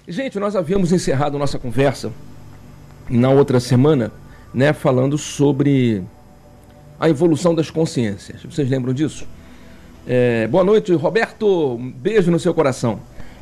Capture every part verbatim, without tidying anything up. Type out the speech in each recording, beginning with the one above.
Gente, nós havíamos encerrado nossa conversa na outra semana, né, falando sobre a evolução das consciências. Vocês lembram disso? É, boa noite, Roberto. Um beijo no seu coração.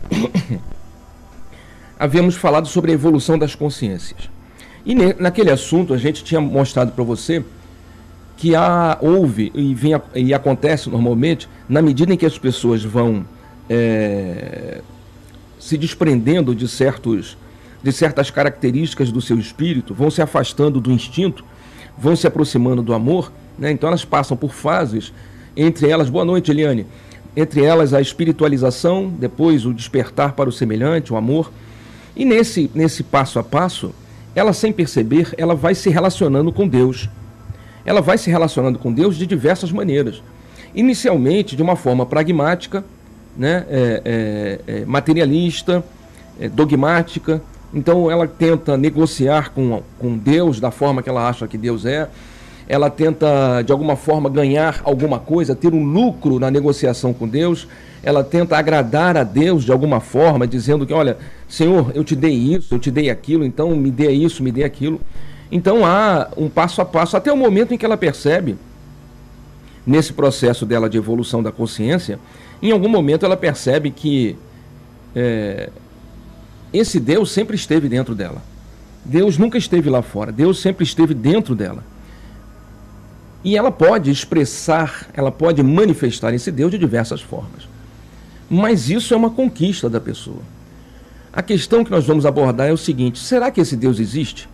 Havíamos falado sobre a evolução das consciências. E ne, naquele assunto a gente tinha mostrado para você que há, houve e, vem, e acontece normalmente na medida em que as pessoas vão é, se desprendendo de, certos, de certas características do seu espírito, vão se afastando do instinto, vão se aproximando do amor, né? Então elas passam por fases, entre elas, boa noite, Eliane, entre elas a espiritualização, depois o despertar para o semelhante, o amor, e nesse, nesse passo a passo, ela sem perceber, ela vai se relacionando com Deus. Ela vai se relacionando com Deus de diversas maneiras. Inicialmente, de uma forma pragmática, né, é, é, é, materialista, é, dogmática. Então ela tenta negociar com, com Deus da forma que ela acha que Deus é. Ela tenta, de alguma forma, ganhar alguma coisa, ter um lucro na negociação com Deus. Ela tenta agradar a Deus de alguma forma, dizendo que, olha, Senhor, eu te dei isso, eu te dei aquilo, então me dê isso, me dê aquilo. Então há um passo a passo, até o momento em que ela percebe, nesse processo dela de evolução da consciência, em algum momento ela percebe que é, esse Deus sempre esteve dentro dela. Deus nunca esteve lá fora, Deus sempre esteve dentro dela. E ela pode expressar, ela pode manifestar esse Deus de diversas formas. Mas isso é uma conquista da pessoa. A questão que nós vamos abordar é o seguinte: será que esse Deus existe?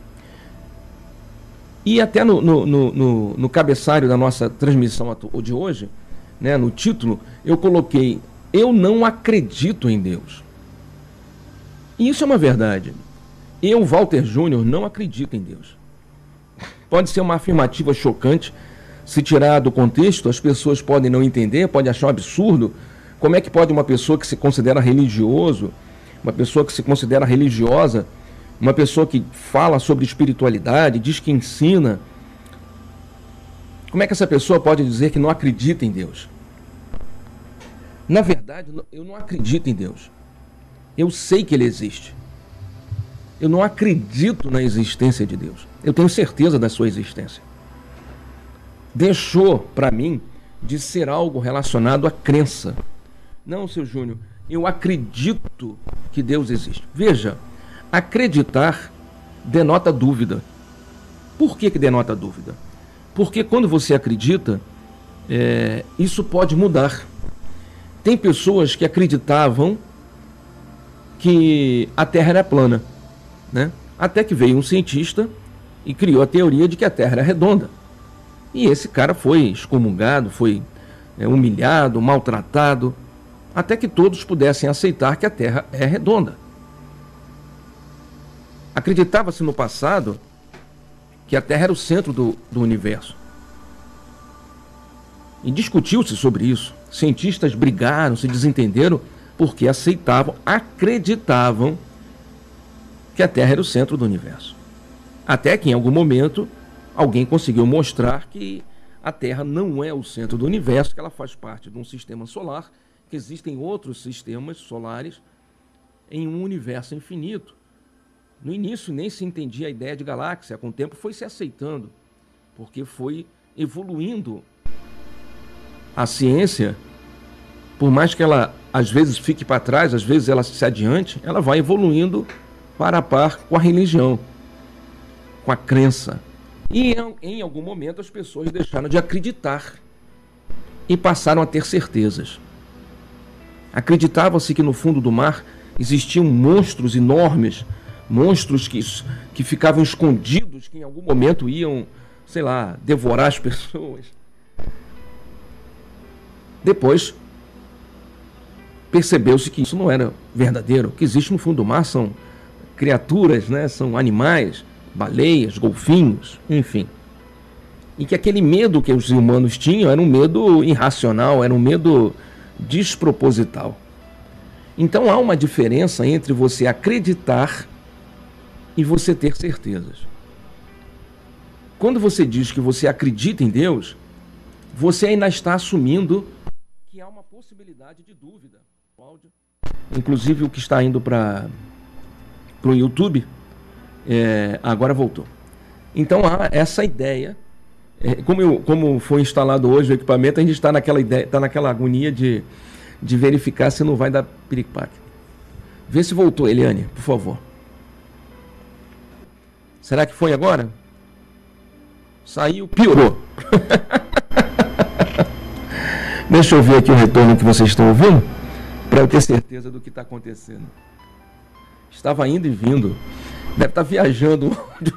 E até no, no, no, no, no cabeçalho da nossa transmissão de hoje, né, no título, eu coloquei: eu não acredito em Deus. E isso é uma verdade. Eu, Walter Júnior, não acredito em Deus. Pode ser uma afirmativa chocante. Se tirar do contexto, as pessoas podem não entender, podem achar um absurdo. Como é que pode uma pessoa que se considera religioso, uma pessoa que se considera religiosa, uma pessoa que fala sobre espiritualidade, diz que ensina, como é que essa pessoa pode dizer que não acredita em Deus? Na verdade, eu não acredito em Deus. Eu sei que Ele existe. Eu não acredito na existência de Deus. Eu tenho certeza da sua existência. Deixou, para mim, de ser algo relacionado à crença. Não, seu Júnior, eu acredito que Deus existe. Veja, acreditar denota dúvida. Por que que denota dúvida? Porque quando você acredita, é, isso pode mudar. Tem pessoas que acreditavam que a Terra era plana, né? Até que veio um cientista e criou a teoria de que a Terra era redonda. E esse cara foi excomungado, foi é, humilhado, maltratado, até que todos pudessem aceitar que a Terra é redonda. Acreditava-se no passado que a Terra era o centro do, do universo. E discutiu-se sobre isso. Cientistas brigaram, se desentenderam, porque aceitavam, acreditavam que a Terra era o centro do universo. Até que em algum momento alguém conseguiu mostrar que a Terra não é o centro do universo, que ela faz parte de um sistema solar, que existem outros sistemas solares em um universo infinito. No início nem se entendia a ideia de galáxia, com o tempo foi se aceitando, porque foi evoluindo a ciência. Por mais que ela às vezes fique para trás, às vezes ela se adiante, ela vai evoluindo para a par com a religião, com a crença. E em, em algum momento as pessoas deixaram de acreditar e passaram a ter certezas. Acreditava-se que no fundo do mar existiam monstros enormes, monstros que, que ficavam escondidos, que em algum momento iam, sei lá, devorar as pessoas. Depois percebeu-se que isso não era verdadeiro. O que existe no fundo do mar são criaturas, né? São animais, baleias, golfinhos, enfim. E que aquele medo que os humanos tinham era um medo irracional, era um medo desproposital. Então há uma diferença entre você acreditar e você ter certezas. Quando você diz que você acredita em Deus, você ainda está assumindo que há uma possibilidade de dúvida. Inclusive o que está indo para o YouTube, é, agora voltou. Então há essa ideia, é, como, eu, como foi instalado hoje o equipamento, a gente está naquela ideia, está naquela agonia de, de verificar se não vai dar piripaque. Vê se voltou, Eliane, por favor. Será que foi agora? Saiu, piorou. Deixa eu ver aqui o retorno que vocês estão ouvindo, para eu ter certeza do que está acontecendo. Estava indo e vindo. Deve estar viajando.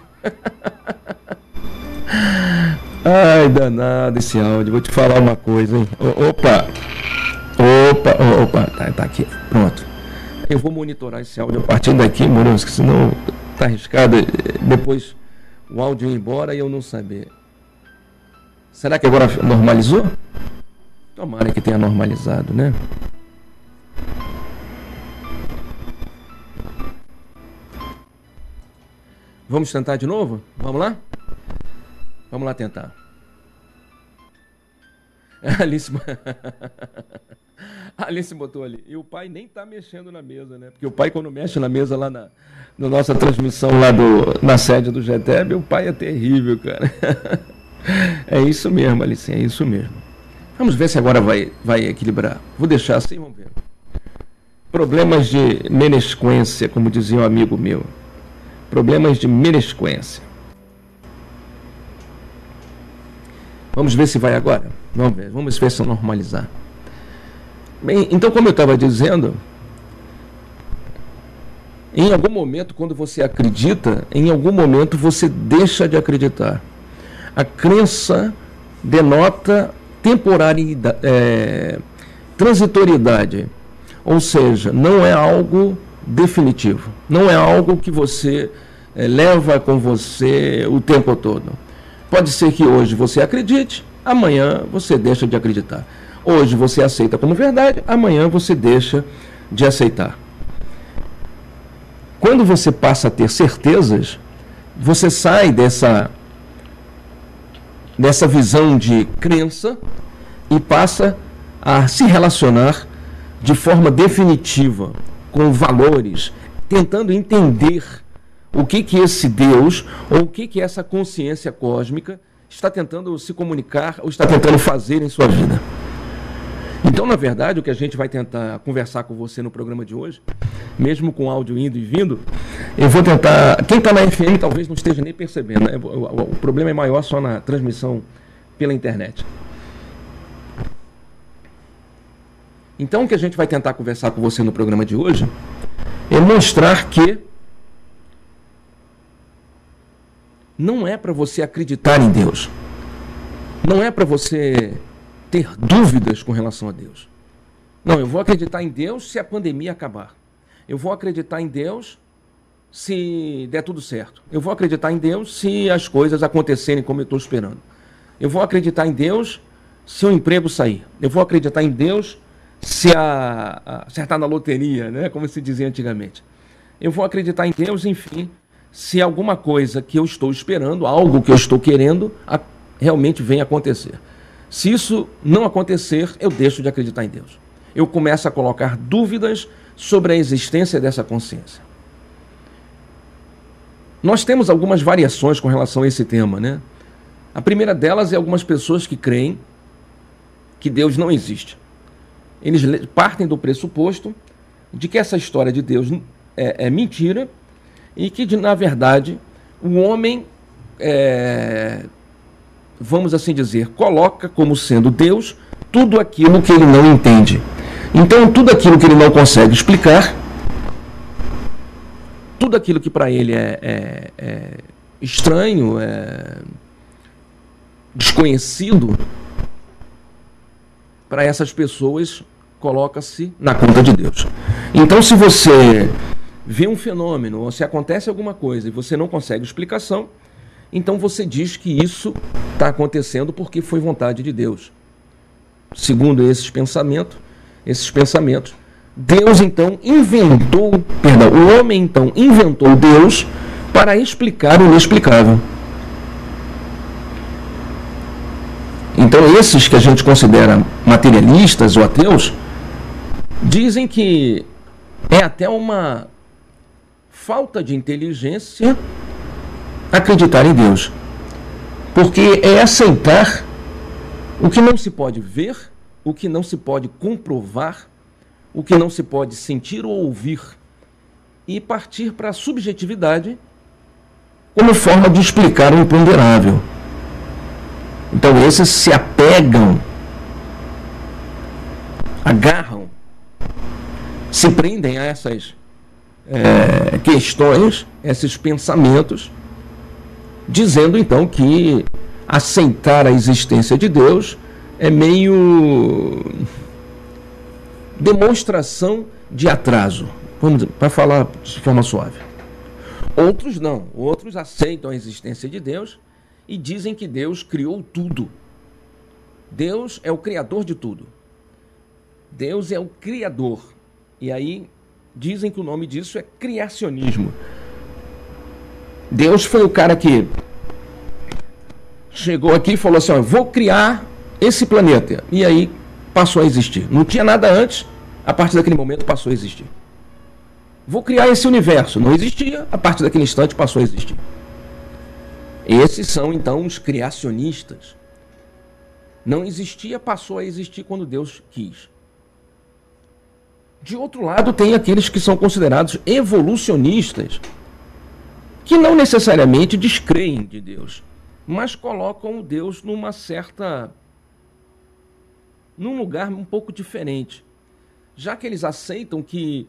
Ai, danado esse áudio. Vou te falar uma coisa, hein? Opa! Opa, opa, tá, tá aqui. Pronto. Eu vou monitorar esse áudio a partir daqui, Moranski, senão tá arriscado depois o áudio ir embora e eu não saber. Será que agora normalizou? Tomara que tenha normalizado, né? Vamos tentar de novo? Vamos lá? Vamos lá tentar. Alice... A Alice botou ali. E o pai nem tá mexendo na mesa, né? Porque o pai, quando mexe na mesa lá na, na nossa transmissão lá do, na sede do G T E B, o pai é terrível, cara. É isso mesmo, Alice, é isso mesmo. Vamos ver se agora vai, vai equilibrar. Vou deixar assim, vamos ver. Problemas de menesquência, como dizia um amigo meu. Problemas de menesquência. Vamos ver se vai agora. Vamos ver, vamos ver se eu normalizar. Bem, então, como eu estava dizendo, em algum momento, quando você acredita, em algum momento você deixa de acreditar. A crença denota temporariedade, é, transitoriedade, ou seja, não é algo definitivo, não é algo que você é, leva com você o tempo todo. Pode ser que hoje você acredite, amanhã você deixa de acreditar. Hoje você aceita como verdade, amanhã você deixa de aceitar. Quando você passa a ter certezas, você sai dessa, dessa visão de crença e passa a se relacionar de forma definitiva com valores, tentando entender o que que esse Deus ou o que que essa consciência cósmica está tentando se comunicar ou está tentando fazer em sua vida. Então, na verdade, o que a gente vai tentar conversar com você no programa de hoje, mesmo com áudio indo e vindo, eu vou tentar... Quem está na F M talvez não esteja nem percebendo, né? o, o, o problema é maior só na transmissão pela internet. Então, o que a gente vai tentar conversar com você no programa de hoje é mostrar que não é para você acreditar em Deus. Não é para você ter dúvidas com relação a Deus. Não, eu vou acreditar em Deus se a pandemia acabar. Eu vou acreditar em Deus se der tudo certo. Eu vou acreditar em Deus se as coisas acontecerem como eu estou esperando. Eu vou acreditar em Deus se o emprego sair. Eu vou acreditar em Deus se a, a, acertar na loteria, né, como se dizia antigamente. Eu vou acreditar em Deus, enfim, se alguma coisa que eu estou esperando, algo que eu estou querendo, a, realmente vem acontecer. Se isso não acontecer, eu deixo de acreditar em Deus. Eu começo a colocar dúvidas sobre a existência dessa consciência. Nós temos algumas variações com relação a esse tema, né? A primeira delas é algumas pessoas que creem que Deus não existe. Eles partem do pressuposto de que essa história de Deus é, é mentira e que, de, na verdade, o homem, é, vamos assim dizer, coloca como sendo Deus tudo aquilo que ele não entende. Então, tudo aquilo que ele não consegue explicar, tudo aquilo que para ele é, é, é estranho, é desconhecido, para essas pessoas coloca-se na conta de Deus. Então, se você vê um fenômeno, ou se acontece alguma coisa e você não consegue explicação, então você diz que isso está acontecendo porque foi vontade de Deus. Segundo esses pensamentos, esses pensamentos, Deus então inventou, perdão, o homem então inventou Deus para explicar o inexplicável. Então esses que a gente considera materialistas ou ateus, dizem que é até uma falta de inteligência acreditar em Deus. Porque é aceitar o que não se pode ver, o que não se pode comprovar, o que não se pode sentir ou ouvir, e partir para a subjetividade como forma de explicar o imponderável. Então esses se apegam, agarram, se prendem a essas é, questões, esses pensamentos, dizendo então que aceitar a existência de Deus é meio demonstração de atraso, vamos dizer, para falar de forma suave. Outros não, outros aceitam a existência de Deus e dizem que Deus criou tudo. Deus é o criador de tudo. Deus é o criador. E aí dizem que o nome disso é criacionismo. Deus foi o cara que chegou aqui e falou assim, ó, vou criar esse planeta. E aí passou a existir. Não tinha nada antes, a partir daquele momento passou a existir. Vou criar esse universo. Não existia, a partir daquele instante passou a existir. Esses são então os criacionistas. Não existia, passou a existir quando Deus quis. De outro lado, tem aqueles que são considerados evolucionistas, que não necessariamente descreem de Deus, mas colocam o Deus numa certa, num lugar um pouco diferente, já que eles aceitam que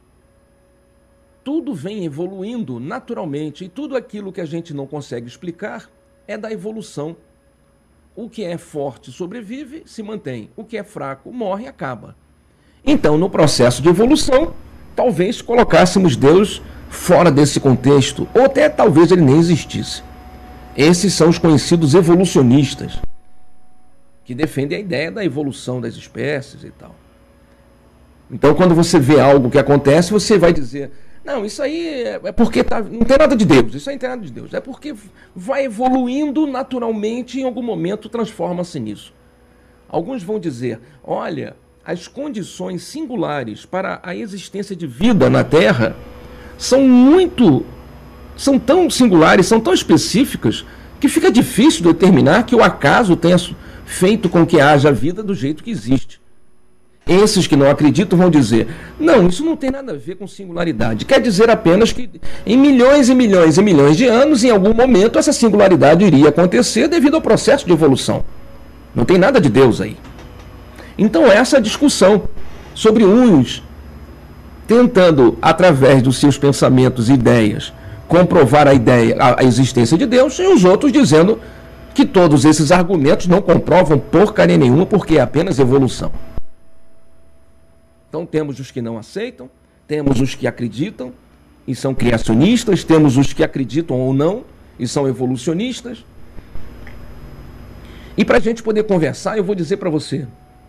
tudo vem evoluindo naturalmente e tudo aquilo que a gente não consegue explicar é da evolução. O que é forte sobrevive, se mantém. O que é fraco morre e acaba. Então, no processo de evolução, talvez colocássemos Deus fora desse contexto, ou até talvez ele nem existisse. Esses são os conhecidos evolucionistas, que defendem a ideia da evolução das espécies e tal. Então, quando você vê algo que acontece, você vai dizer, não, isso aí é porque tá, não tem nada de Deus, isso aí não tem nada de Deus. É porque vai evoluindo naturalmente e em algum momento transforma-se nisso. Alguns vão dizer, olha, as condições singulares para a existência de vida na Terra são muito, são tão singulares, são tão específicas, que fica difícil determinar que o acaso tenha feito com que haja vida do jeito que existe. Esses que não acreditam vão dizer, não, isso não tem nada a ver com singularidade. Quer dizer apenas que em milhões e milhões e milhões de anos, em algum momento, essa singularidade iria acontecer devido ao processo de evolução. Não tem nada de Deus aí. Então essa discussão sobre uns tentando, através dos seus pensamentos e ideias, comprovar a ideia, a existência de Deus, e os outros dizendo que todos esses argumentos não comprovam porcaria nenhuma porque é apenas evolução. Então temos os que não aceitam, temos os que acreditam e são criacionistas, temos os que acreditam ou não e são evolucionistas. E para a gente poder conversar, eu vou dizer para você,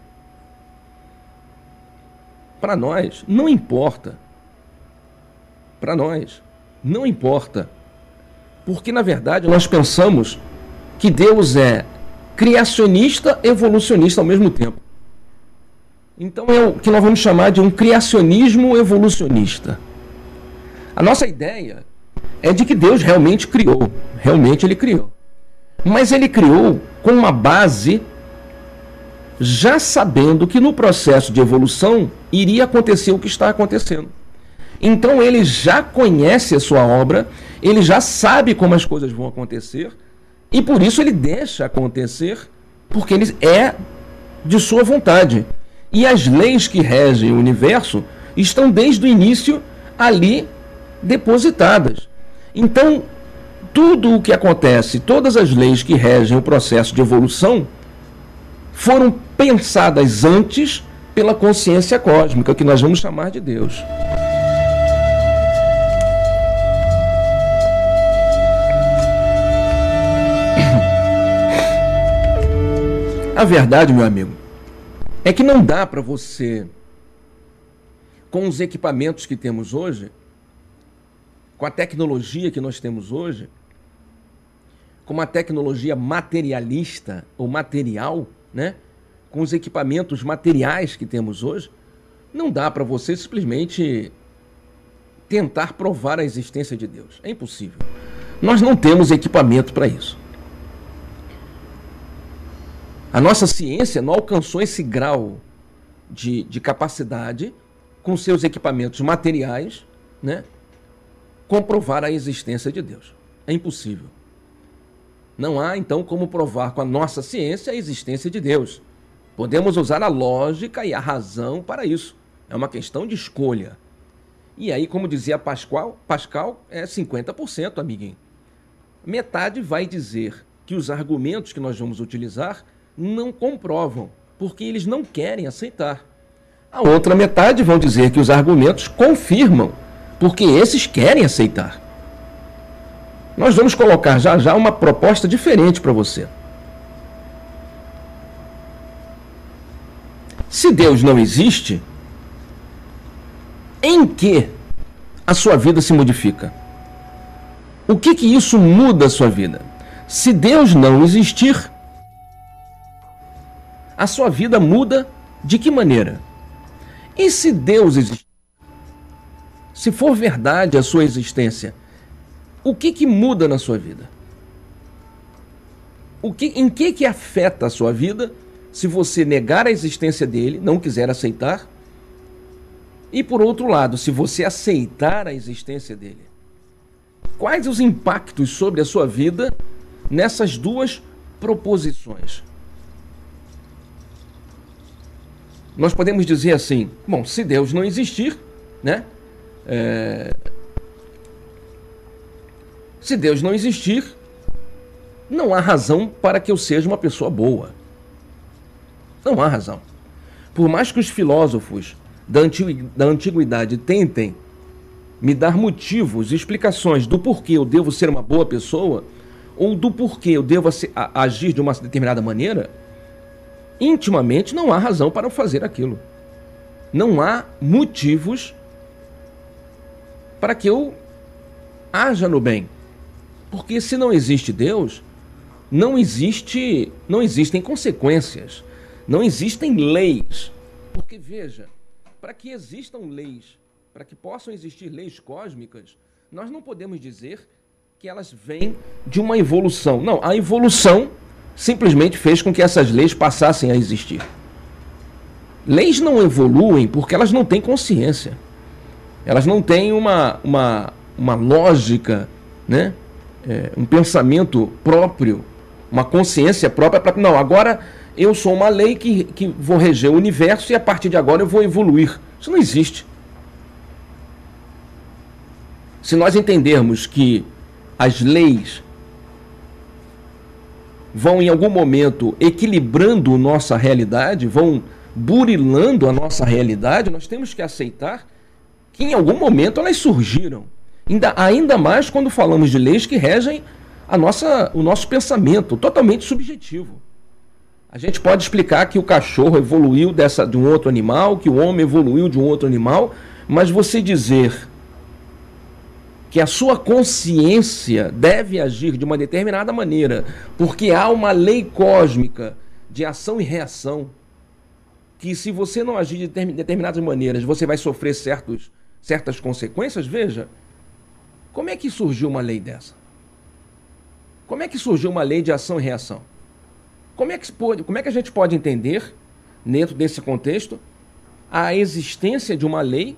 para nós não importa, para nós não importa, porque na verdade nós pensamos que Deus é criacionista e evolucionista ao mesmo tempo. Então é o que nós vamos chamar de um criacionismo evolucionista. A nossa ideia é de que Deus realmente criou, realmente ele criou. Mas ele criou com uma base já sabendo que no processo de evolução iria acontecer o que está acontecendo. Então ele já conhece a sua obra, ele já sabe como as coisas vão acontecer, e por isso ele deixa acontecer, porque ele é de sua vontade. E as leis que regem o universo estão desde o início ali depositadas. Então, tudo o que acontece, todas as leis que regem o processo de evolução, foram pensadas antes pela consciência cósmica, que nós vamos chamar de Deus. A verdade, meu amigo, é que não dá para você, com os equipamentos que temos hoje, com a tecnologia que nós temos hoje, com uma tecnologia materialista ou material, né? Com os equipamentos materiais que temos hoje, não dá para você simplesmente tentar provar a existência de Deus. É impossível. Nós não temos equipamento para isso. A nossa ciência não alcançou esse grau de, de capacidade, com seus equipamentos materiais, né, comprovar a existência de Deus. É impossível. Não há, então, como provar com a nossa ciência a existência de Deus. Podemos usar a lógica e a razão para isso. É uma questão de escolha. E aí, como dizia Pascal, Pascal é cinquenta por cento, amiguinho. Metade vai dizer que os argumentos que nós vamos utilizar não comprovam, porque eles não querem aceitar. A outra metade vão dizer que os argumentos confirmam, porque esses querem aceitar. Nós vamos colocar já já uma proposta diferente para você. Se Deus não existe, em que a sua vida se modifica? O que que isso muda a sua vida? Se Deus não existir, a sua vida muda de que maneira? E se Deus existir? Se for verdade a sua existência, o que que muda na sua vida? O que, em que que afeta a sua vida se você negar a existência dele, não quiser aceitar? E por outro lado, se você aceitar a existência dele, quais os impactos sobre a sua vida nessas duas proposições? Nós podemos dizer assim, bom, se Deus não existir, né? É... Se Deus não existir, não há razão para que eu seja uma pessoa boa. Não há razão. Por mais que os filósofos da antiguidade tentem me dar motivos, explicações do porquê eu devo ser uma boa pessoa, ou do porquê eu devo agir de uma determinada maneira, intimamente não há razão para eu fazer aquilo. Não há motivos para que eu haja no bem. Porque se não existe Deus, não existe, não existem consequências, não existem leis. Porque veja, para que existam leis, para que possam existir leis cósmicas, nós não podemos dizer que elas vêm de uma evolução. Não, a evolução simplesmente fez com que essas leis passassem a existir. Leis não evoluem porque elas não têm consciência. Elas não têm uma, uma, uma lógica, né? É, um pensamento próprio, uma consciência própria para... Não, agora eu sou uma lei que, que vou reger o universo e a partir de agora eu vou evoluir. Isso não existe. Se nós entendermos que as leis vão em algum momento equilibrando nossa realidade, vão burilando a nossa realidade, nós temos que aceitar que em algum momento elas surgiram. Ainda, ainda mais quando falamos de leis que regem a nossa, o nosso pensamento, totalmente subjetivo. A gente pode explicar que o cachorro evoluiu dessa, de um outro animal, que o homem evoluiu de um outro animal, mas você dizer que a sua consciência deve agir de uma determinada maneira, porque há uma lei cósmica de ação e reação, que se você não agir de determinadas maneiras, você vai sofrer certos, certas consequências, veja, como é que surgiu uma lei dessa? Como é que surgiu uma lei de ação e reação? Como é que, pode, como é que a gente pode entender, dentro desse contexto, a existência de uma lei,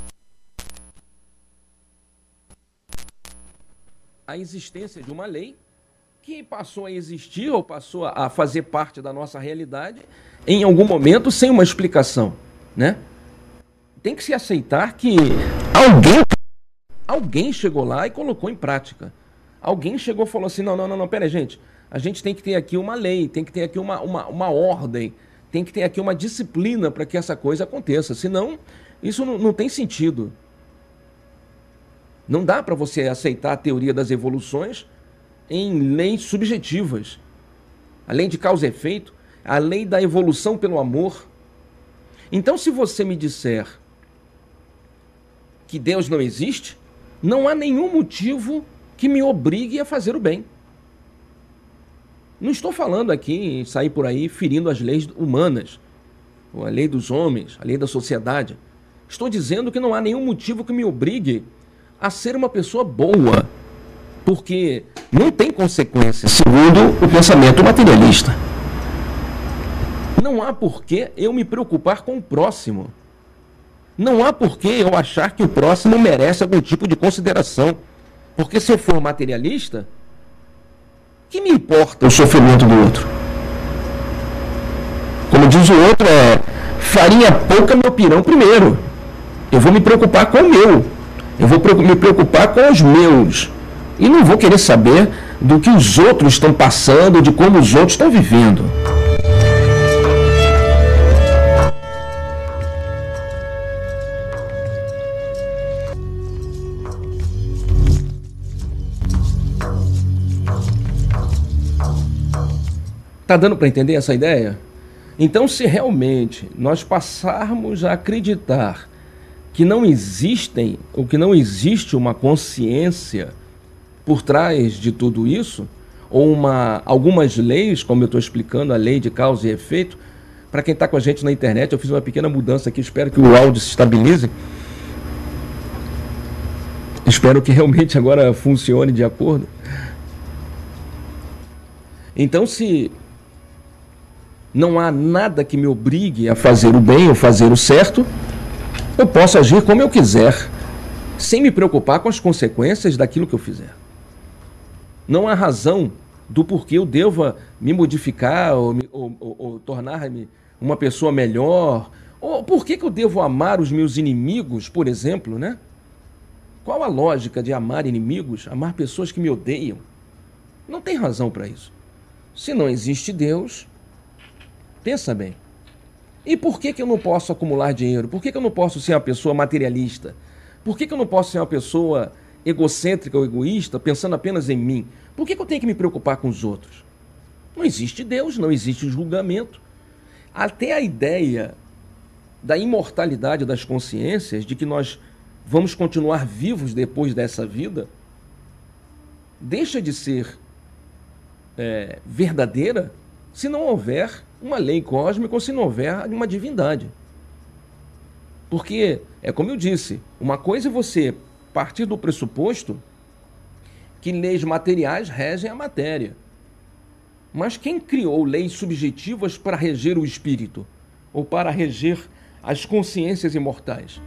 a existência de uma lei que passou a existir ou passou a fazer parte da nossa realidade em algum momento sem uma explicação, né? Tem que se aceitar que alguém, alguém chegou lá e colocou em prática. Alguém chegou e falou assim, não, não, não, não, pera, gente, a gente tem que ter aqui uma lei, tem que ter aqui uma, uma, uma ordem, tem que ter aqui uma disciplina para que essa coisa aconteça, senão isso não, não tem sentido. Não dá para você aceitar a teoria das evoluções em leis subjetivas. A lei de causa e efeito, a lei da evolução pelo amor. Então, se você me disser que Deus não existe, não há nenhum motivo que me obrigue a fazer o bem. Não estou falando aqui em sair por aí ferindo as leis humanas, ou a lei dos homens, a lei da sociedade. Estou dizendo que não há nenhum motivo que me obrigue a ser uma pessoa boa, porque não tem consequência, segundo o pensamento materialista. Não há por que eu me preocupar com o próximo. Não há por que eu achar que o próximo merece algum tipo de consideração. Porque se eu for materialista, que me importa o sofrimento do outro? Como diz o outro, é farinha pouca, meu pirão primeiro. Eu vou me preocupar com o meu. Eu vou me preocupar com os meus. E não vou querer saber do que os outros estão passando, de como os outros estão vivendo. Tá dando para entender essa ideia? Então, se realmente nós passarmos a acreditar que não existem, ou que não existe uma consciência por trás de tudo isso, ou uma, algumas leis, como eu estou explicando, a lei de causa e efeito, para quem está com a gente na internet, eu fiz uma pequena mudança aqui, espero que o áudio se estabilize. Espero que realmente agora funcione de acordo. Então, se não há nada que me obrigue a fazer o bem ou fazer o certo, eu posso agir como eu quiser, sem me preocupar com as consequências daquilo que eu fizer. Não há razão do porquê eu deva me modificar ou, ou, ou, ou tornar-me uma pessoa melhor. Ou por que, que eu devo amar os meus inimigos, por exemplo, né? Qual a lógica de amar inimigos, amar pessoas que me odeiam? Não tem razão para isso. Se não existe Deus, pensa bem. E por que, que eu não posso acumular dinheiro? Por que, que eu não posso ser uma pessoa materialista? Por que, que eu não posso ser uma pessoa egocêntrica ou egoísta, pensando apenas em mim? Por que, que eu tenho que me preocupar com os outros? Não existe Deus, não existe julgamento. Até a ideia da imortalidade das consciências, de que nós vamos continuar vivos depois dessa vida, deixa de ser é, verdadeira se não houver uma lei cósmica ou se não houver uma divindade. Porque, é como eu disse, uma coisa é você partir do pressuposto que leis materiais regem a matéria. Mas quem criou leis subjetivas para reger o espírito? Ou para reger as consciências imortais?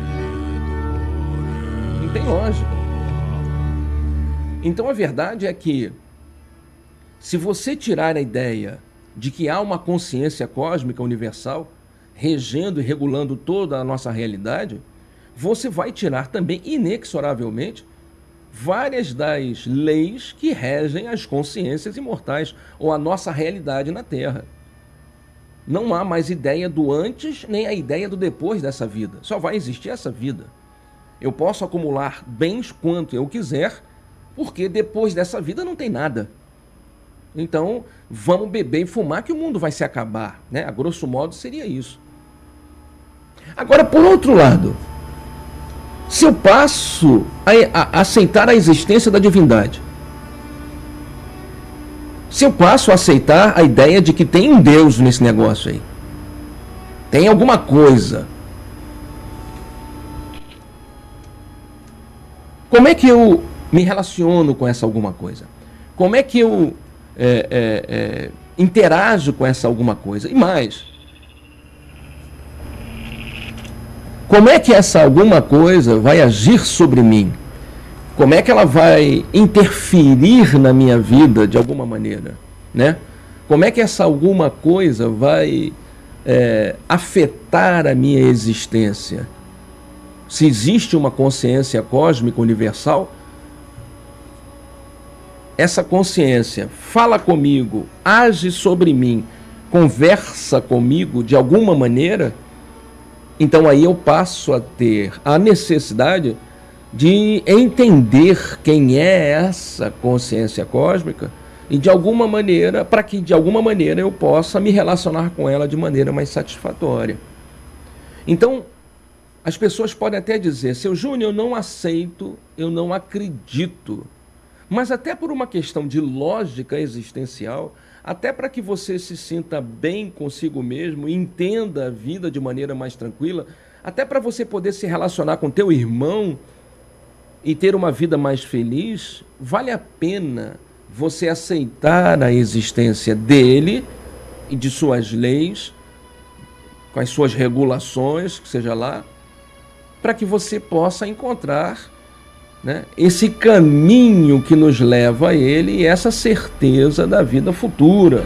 Não tem lógica. Então a verdade é que, se você tirar a ideia de que há uma consciência cósmica universal regendo e regulando toda a nossa realidade, você vai tirar também, inexoravelmente, várias das leis que regem as consciências imortais ou a nossa realidade na Terra. Não há mais ideia do antes nem a ideia do depois dessa vida. Só vai existir essa vida. Eu posso acumular bens quanto eu quiser, porque depois dessa vida não tem nada. Então, vamos beber e fumar que o mundo vai se acabar, né? A grosso modo seria isso. Agora, por outro lado, se eu passo a, a aceitar a existência da divindade, se eu passo a aceitar a ideia de que tem um Deus nesse negócio aí, tem alguma coisa, como é que eu me relaciono com essa alguma coisa? Como é que eu é, é, é, interajo com essa alguma coisa? E mais, como é que essa alguma coisa vai agir sobre mim? Como é que ela vai interferir na minha vida de alguma maneira, né? Como é que essa alguma coisa vai é, afetar a minha existência? Se existe uma consciência cósmica universal, essa consciência fala comigo, age sobre mim, conversa comigo de alguma maneira, então aí eu passo a ter a necessidade de entender quem é essa consciência cósmica e de alguma maneira, para que de alguma maneira eu possa me relacionar com ela de maneira mais satisfatória. Então, as pessoas podem até dizer, seu Júnior, eu não aceito, eu não acredito. Mas até por uma questão de lógica existencial, até para que você se sinta bem consigo mesmo e entenda a vida de maneira mais tranquila, até para você poder se relacionar com teu irmão e ter uma vida mais feliz, vale a pena você aceitar a existência dele e de suas leis, com as suas regulações, que seja lá, para que você possa encontrar, né, esse caminho que nos leva a ele e essa certeza da vida futura.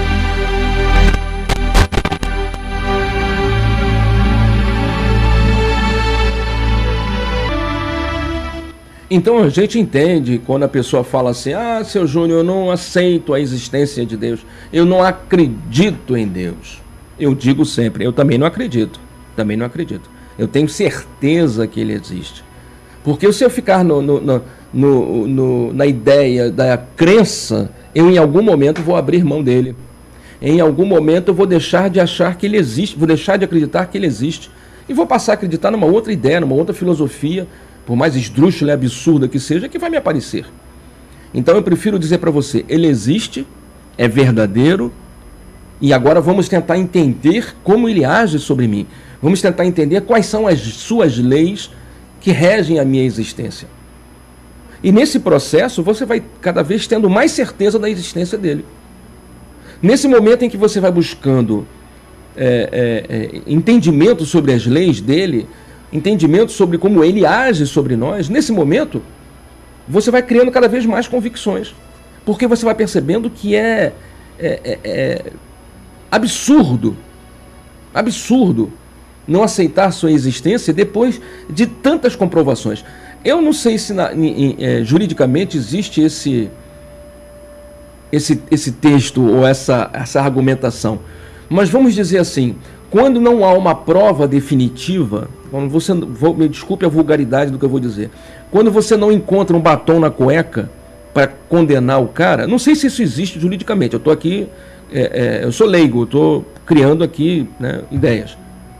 Então a gente entende quando a pessoa fala assim: ah, seu Júnior, eu não aceito a existência de Deus, eu não acredito em Deus. Eu digo sempre, eu também não acredito, também não acredito. Eu tenho certeza que ele existe. Porque se eu ficar no, no, no, no, no, na ideia da crença, eu em algum momento vou abrir mão dele. Em algum momento eu vou deixar de achar que ele existe, vou deixar de acreditar que ele existe. E vou passar a acreditar numa outra ideia, numa outra filosofia, por mais esdrúxula e absurda que seja, que vai me aparecer. Então eu prefiro dizer para você, ele existe, é verdadeiro, e agora vamos tentar entender como ele age sobre mim. Vamos tentar entender quais são as suas leis que regem a minha existência. E nesse processo você vai cada vez tendo mais certeza da existência dele. Nesse momento em que você vai buscando é, é, é, entendimento sobre as leis dele, entendimento sobre como ele age sobre nós, nesse momento você vai criando cada vez mais convicções. Porque você vai percebendo que é, é, é, é absurdo, absurdo não aceitar sua existência depois de tantas comprovações. Eu não sei se na, em, em, é, juridicamente existe esse, esse, esse texto ou essa, essa argumentação, mas vamos dizer assim, quando não há uma prova definitiva, quando você, vou, me desculpe a vulgaridade do que eu vou dizer, quando você não encontra um batom na cueca para condenar o cara, não sei se isso existe juridicamente, eu estou aqui, é, é, eu sou leigo, eu estou criando aqui, né, ideias.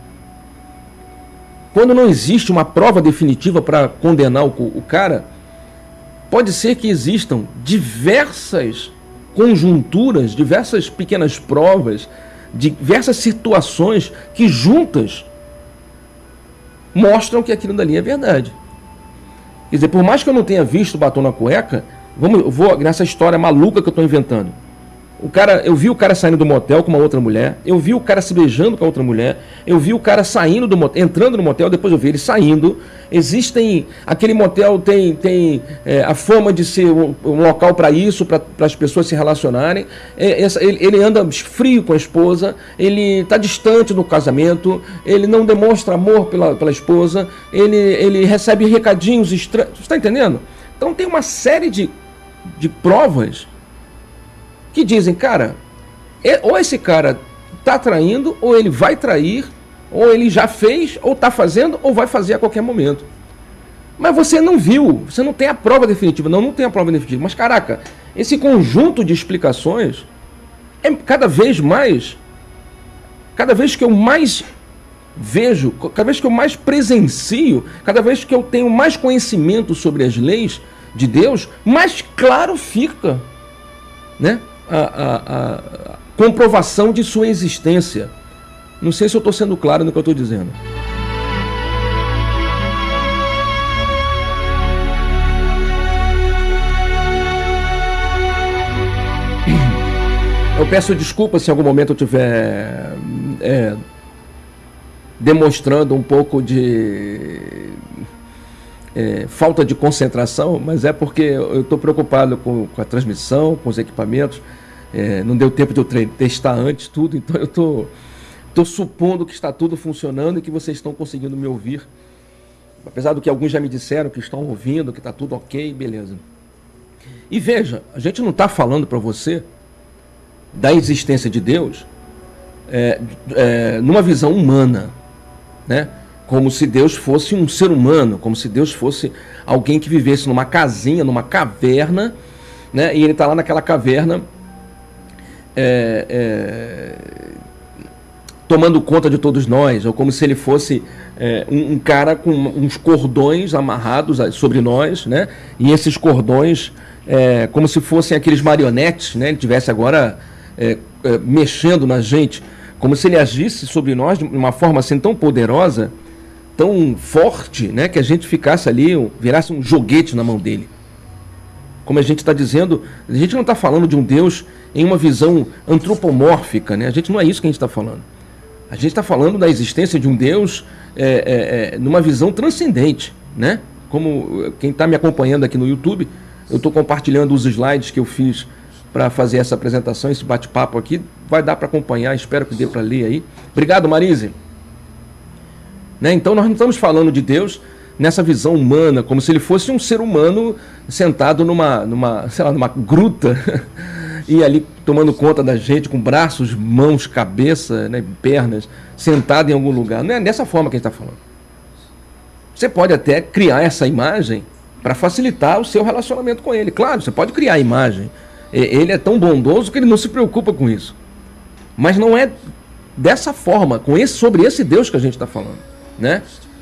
Quando não existe uma prova definitiva para condenar o, o cara, pode ser que existam diversas conjunturas, diversas pequenas provas, diversas situações que juntas mostram que aquilo dali é verdade. Quer dizer, por mais que eu não tenha visto o batom na cueca, vamos, eu vou nessa história maluca que eu estou inventando. O cara, eu vi o cara saindo do motel com uma outra mulher, eu vi o cara se beijando com a outra mulher, eu vi o cara saindo do motel, entrando no motel, depois eu vi ele saindo. Existem, aquele motel tem, tem é, a fama de ser um, um local para isso, para as pessoas se relacionarem. É, essa, ele, ele anda frio com a esposa, ele está distante do casamento, ele não demonstra amor pela, pela esposa, ele, ele recebe recadinhos estranhos. Você está entendendo? Então tem uma série de, de provas que dizem, cara, ou esse cara está traindo, ou ele vai trair, ou ele já fez, ou está fazendo, ou vai fazer a qualquer momento. Mas você não viu, você não tem a prova definitiva. Não, não tem a prova definitiva. Mas, caraca, esse conjunto de explicações é cada vez mais, cada vez que eu mais vejo, cada vez que eu mais presencio, cada vez que eu tenho mais conhecimento sobre as leis de Deus, mais claro fica, né? A, a, a comprovação de sua existência. Não sei se eu estou sendo claro no que eu estou dizendo. Eu peço desculpa se em algum momento eu estiver é, demonstrando um pouco de é, falta de concentração, mas é porque eu estou preocupado com, com a transmissão, com os equipamentos. É, não deu tempo de eu testar antes tudo, então eu estou tô, tô supondo que está tudo funcionando e que vocês estão conseguindo me ouvir. Apesar do que alguns já me disseram que estão ouvindo, que está tudo ok, beleza. E veja, a gente não está falando para você da existência de Deus é, é, numa visão humana, né? Como se Deus fosse um ser humano, como se Deus fosse alguém que vivesse numa casinha, numa caverna, né? E ele está lá naquela caverna é, é, tomando conta de todos nós, ou como se ele fosse é, um, um cara com uns cordões amarrados sobre nós, né? E esses cordões, é, como se fossem aqueles marionetes, né? Ele tivesse agora é, é, mexendo na gente, como se ele agisse sobre nós de uma forma assim tão poderosa tão forte, né, que a gente ficasse ali, virasse um joguete na mão dele. Como a gente está dizendo, a gente não está falando de um Deus em uma visão antropomórfica, né? A gente não é isso que a gente está falando. A gente está falando da existência de um Deus é, é, é, numa visão transcendente, né? Como quem está me acompanhando aqui no YouTube, eu estou compartilhando os slides que eu fiz para fazer essa apresentação, esse bate-papo aqui. Vai dar para acompanhar, espero que dê para ler aí. Obrigado, Marise. Né? Então nós não estamos falando de Deus nessa visão humana, como se ele fosse um ser humano sentado numa, numa, sei lá, numa gruta e ali tomando conta da gente com braços, mãos, cabeça, né, pernas, sentado em algum lugar. Não é dessa forma que a gente está falando. Você pode até criar essa imagem para facilitar o seu relacionamento com ele. Claro, você pode criar a imagem. Ele é tão bondoso que ele não se preocupa com isso. Mas não é dessa forma, com esse, sobre esse Deus que a gente está falando, né?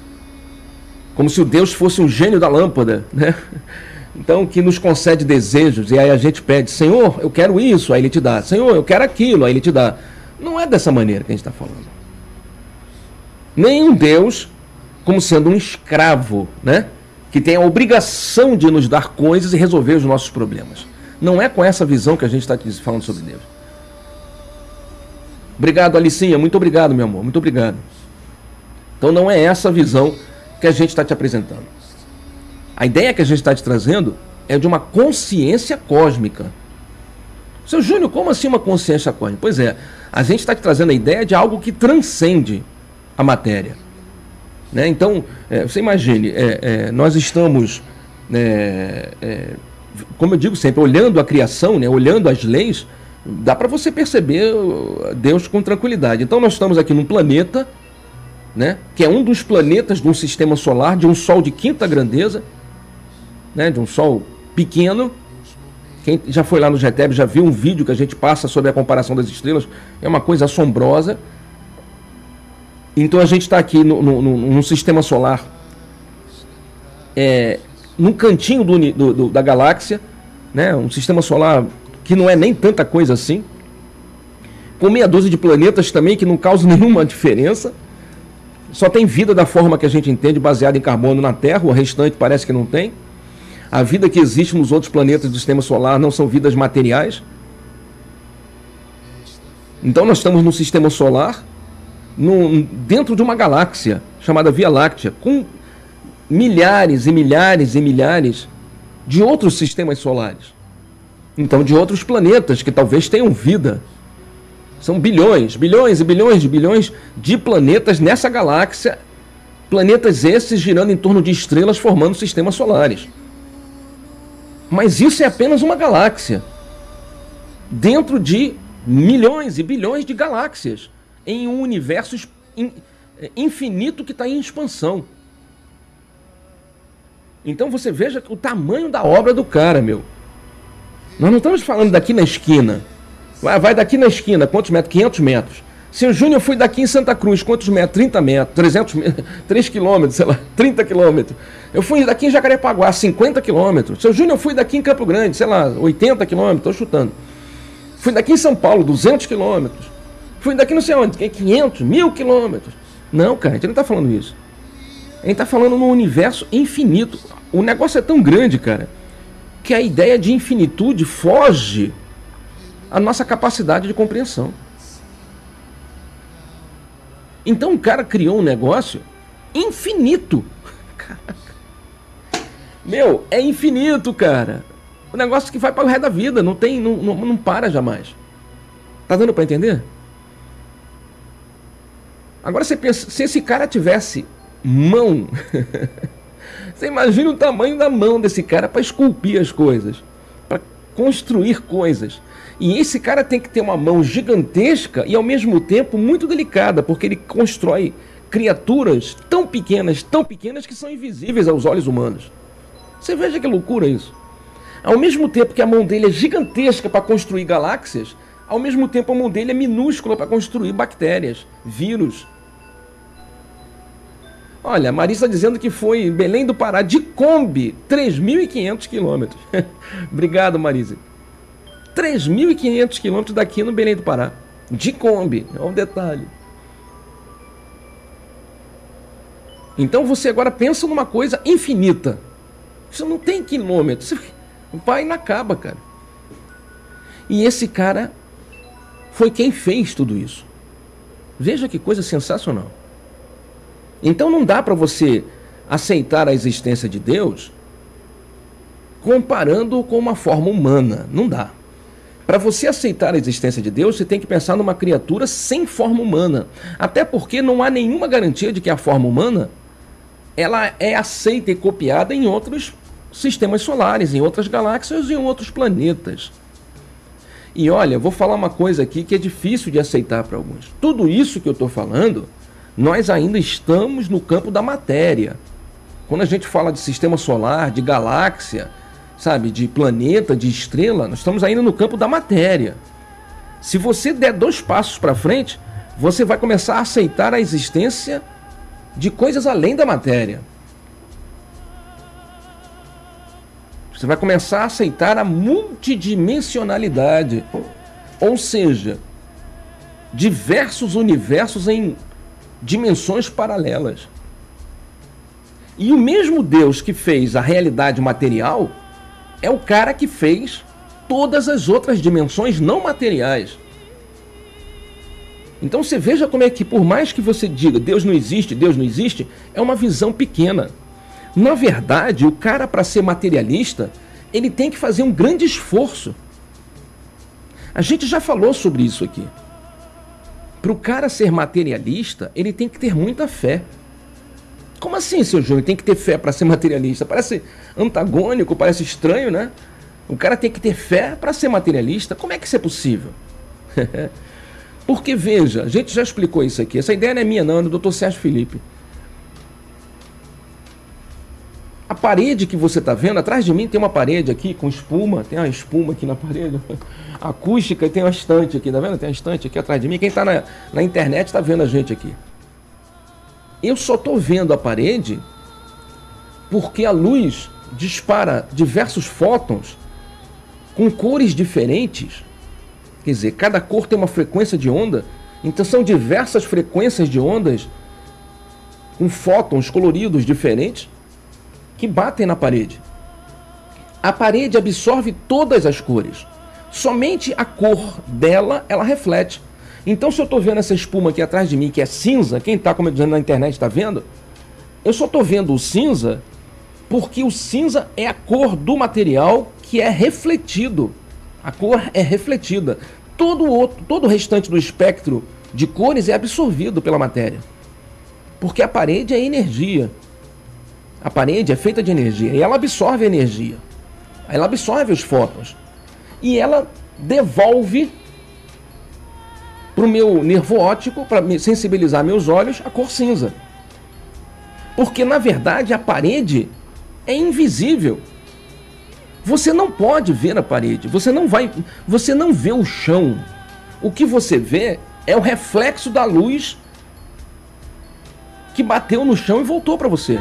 Como se o Deus fosse um gênio da lâmpada, né? Então, que nos concede desejos, e aí a gente pede, Senhor, eu quero isso, aí ele te dá. Senhor, eu quero aquilo, aí ele te dá. Não é dessa maneira que a gente está falando. Nem um Deus como sendo um escravo, né? Que tem a obrigação de nos dar coisas e resolver os nossos problemas. Não é com essa visão que a gente está falando sobre Deus. Obrigado, Alicinha, muito obrigado, meu amor, muito obrigado. Então não é essa a visão que a gente está te apresentando. A ideia que a gente está te trazendo é de uma consciência cósmica. Seu Júnior, como assim uma consciência cósmica? Pois é, a gente está te trazendo a ideia de algo que transcende a matéria. Né? Então, é, você imagine, é, é, nós estamos, é, é, como eu digo sempre, olhando a criação, né, olhando as leis, dá para você perceber Deus com tranquilidade. Então nós estamos aqui num planeta, né, que é um dos planetas de um sistema solar, de um Sol de quinta grandeza, né, de um Sol pequeno. Quem já foi lá no Geteb já viu um vídeo que a gente passa sobre a comparação das estrelas, é uma coisa assombrosa. Então a gente está aqui no, no, no, num sistema solar, é, num cantinho do, do, do, da galáxia, né, um sistema solar que não é nem tanta coisa assim, com meia dúzia de planetas também que não causam nenhuma diferença. Só tem vida da forma que a gente entende, baseada em carbono na Terra, o restante parece que não tem. A vida que existe nos outros planetas do sistema solar não são vidas materiais. Então nós estamos num sistema solar, num, dentro de uma galáxia chamada Via Láctea, com milhares e milhares e milhares de outros sistemas solares. Então de outros planetas que talvez tenham vida. São bilhões, bilhões e bilhões de bilhões de planetas nessa galáxia. Planetas esses girando em torno de estrelas formando sistemas solares. Mas isso é apenas uma galáxia. Dentro de milhões e bilhões de galáxias. Em um universo infinito que está em expansão. Então você veja o tamanho da obra do cara, meu. Nós não estamos falando daqui na esquina. Vai daqui na esquina, quantos metros? quinhentos metros. Seu Júnior, eu fui daqui em Santa Cruz, quantos metros? trinta metros, trezentos metros, três quilômetros, sei lá, trinta quilômetros. Eu fui daqui em Jacarepaguá, cinquenta quilômetros. Seu Júnior, eu fui daqui em Campo Grande, sei lá, oitenta quilômetros, estou chutando. Fui daqui em São Paulo, duzentos quilômetros. Fui daqui não sei onde, quinhentos, mil quilômetros. Não, cara, a gente não está falando isso. A gente está falando num universo infinito. O negócio é tão grande, cara, que a ideia de infinitude foge a nossa capacidade de compreensão. Então o cara criou um negócio infinito. Caraca. Meu, é infinito, cara. O negócio que vai para o resto da vida, não tem, não, não, não para jamais. Tá dando para entender? Agora você pensa, se esse cara tivesse mão, você imagina o tamanho da mão desse cara para esculpir as coisas, para construir coisas. E esse cara tem que ter uma mão gigantesca e ao mesmo tempo muito delicada, porque ele constrói criaturas tão pequenas, tão pequenas que são invisíveis aos olhos humanos. Você veja que loucura isso. Ao mesmo tempo que a mão dele é gigantesca para construir galáxias, ao mesmo tempo a mão dele é minúscula para construir bactérias, vírus. Olha, a Marisa está dizendo que foi em Belém do Pará de Kombi, três mil e quinhentos quilômetros. Obrigado, Marisa. três mil e quinhentos quilômetros daqui no Belém do Pará. De Kombi, é um detalhe. Então você agora pensa numa coisa infinita. Isso não tem quilômetro. Você vai e não acaba, cara. E esse cara foi quem fez tudo isso. Veja que coisa sensacional. Então não dá para você aceitar a existência de Deus comparando com uma forma humana. Não dá. Para você aceitar a existência de Deus, você tem que pensar numa criatura sem forma humana. Até porque não há nenhuma garantia de que a forma humana ela é aceita e copiada em outros sistemas solares, em outras galáxias e em outros planetas. E olha, vou falar uma coisa aqui que é difícil de aceitar para alguns. Tudo isso que eu estou falando, nós ainda estamos no campo da matéria. Quando a gente fala de sistema solar, de galáxia, sabe, de planeta, de estrela, nós estamos ainda no campo da matéria. Se você der dois passos para frente, você vai começar a aceitar a existência de coisas além da matéria. Você vai começar a aceitar a multidimensionalidade, ou seja, diversos universos em dimensões paralelas. E o mesmo Deus que fez a realidade material é o cara que fez todas as outras dimensões não materiais. Então você veja como é que, por mais que você diga Deus não existe, Deus não existe, é uma visão pequena. Na verdade, o cara, para ser materialista, ele tem que fazer um grande esforço. A gente já falou sobre isso aqui. Para o cara ser materialista, ele tem que ter muita fé. Como assim, seu Júnior? Tem que ter fé para ser materialista? Parece antagônico, parece estranho, né? O cara tem que ter fé para ser materialista. Como é que isso é possível? Porque, veja, a gente já explicou isso aqui. Essa ideia não é minha, não, é do doutor Sérgio Felipe. A parede que você está vendo, atrás de mim tem uma parede aqui com espuma, tem uma espuma aqui na parede, acústica, e tem uma estante aqui, tá vendo? Tem uma estante aqui atrás de mim. Quem está na, na internet está vendo a gente aqui. Eu só estou vendo a parede porque a luz dispara diversos fótons com cores diferentes. Quer dizer, cada cor tem uma frequência de onda, então são diversas frequências de ondas com fótons coloridos diferentes que batem na parede. A parede absorve todas as cores. Somente a cor dela, ela reflete. Então, se eu estou vendo essa espuma aqui atrás de mim, que é cinza, quem está, como eu dizendo, na internet está vendo? Eu só estou vendo o cinza porque o cinza é a cor do material que é refletido. A cor é refletida. Todo o outro, todo o restante do espectro de cores é absorvido pela matéria. Porque a parede é energia. A parede é feita de energia e ela absorve a energia. Ela absorve os fótons. E ela devolve para o meu nervo óptico, para sensibilizar meus olhos, a cor cinza. Porque, na verdade, a parede é invisível. Você não pode ver a parede. Você não vai, você não vê o chão. O que você vê é o reflexo da luz que bateu no chão e voltou para você.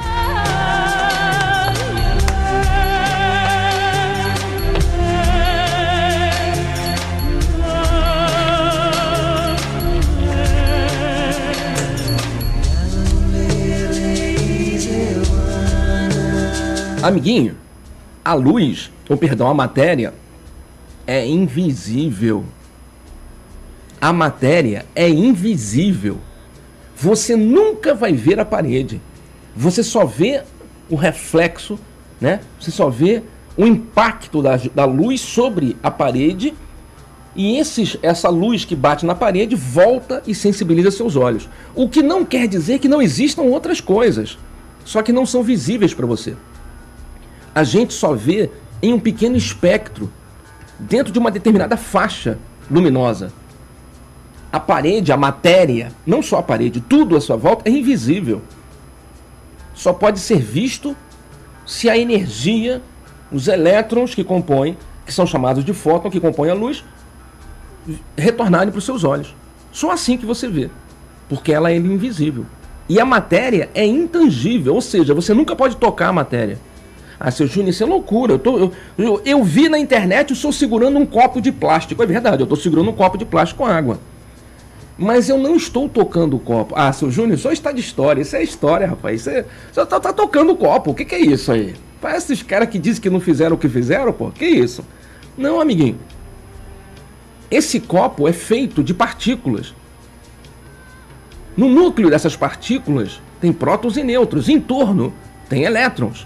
Amiguinho, a luz, ou perdão, a matéria é invisível. A matéria é invisível. Você nunca vai ver a parede. Você só vê o reflexo, né? Você só vê o impacto da, da luz sobre a parede e esses, essa luz que bate na parede volta e sensibiliza seus olhos. O que não quer dizer que não existam outras coisas, só que não são visíveis para você. A gente só vê em um pequeno espectro, dentro de uma determinada faixa luminosa. A parede, a matéria, não só a parede, tudo à sua volta é invisível. Só pode ser visto se a energia, os elétrons que compõem, que são chamados de fóton, que compõem a luz, retornarem para os seus olhos. Só assim que você vê, porque ela é invisível. E a matéria é intangível, ou seja, você nunca pode tocar a matéria. Ah, seu Júnior, isso é loucura. Eu, tô, eu, eu, eu vi na internet o senhor segurando um copo de plástico. É verdade, eu estou segurando um copo de plástico com água. Mas eu não estou tocando o copo. Ah, seu Júnior, só está de história. Isso é história, rapaz. Você só tá, tá tocando o copo. O que, que é isso aí? Parece esses caras que dizem que não fizeram o que fizeram, pô. Que isso? Não, amiguinho. Esse copo é feito de partículas. No núcleo dessas partículas tem prótons e nêutrons. Em torno tem elétrons.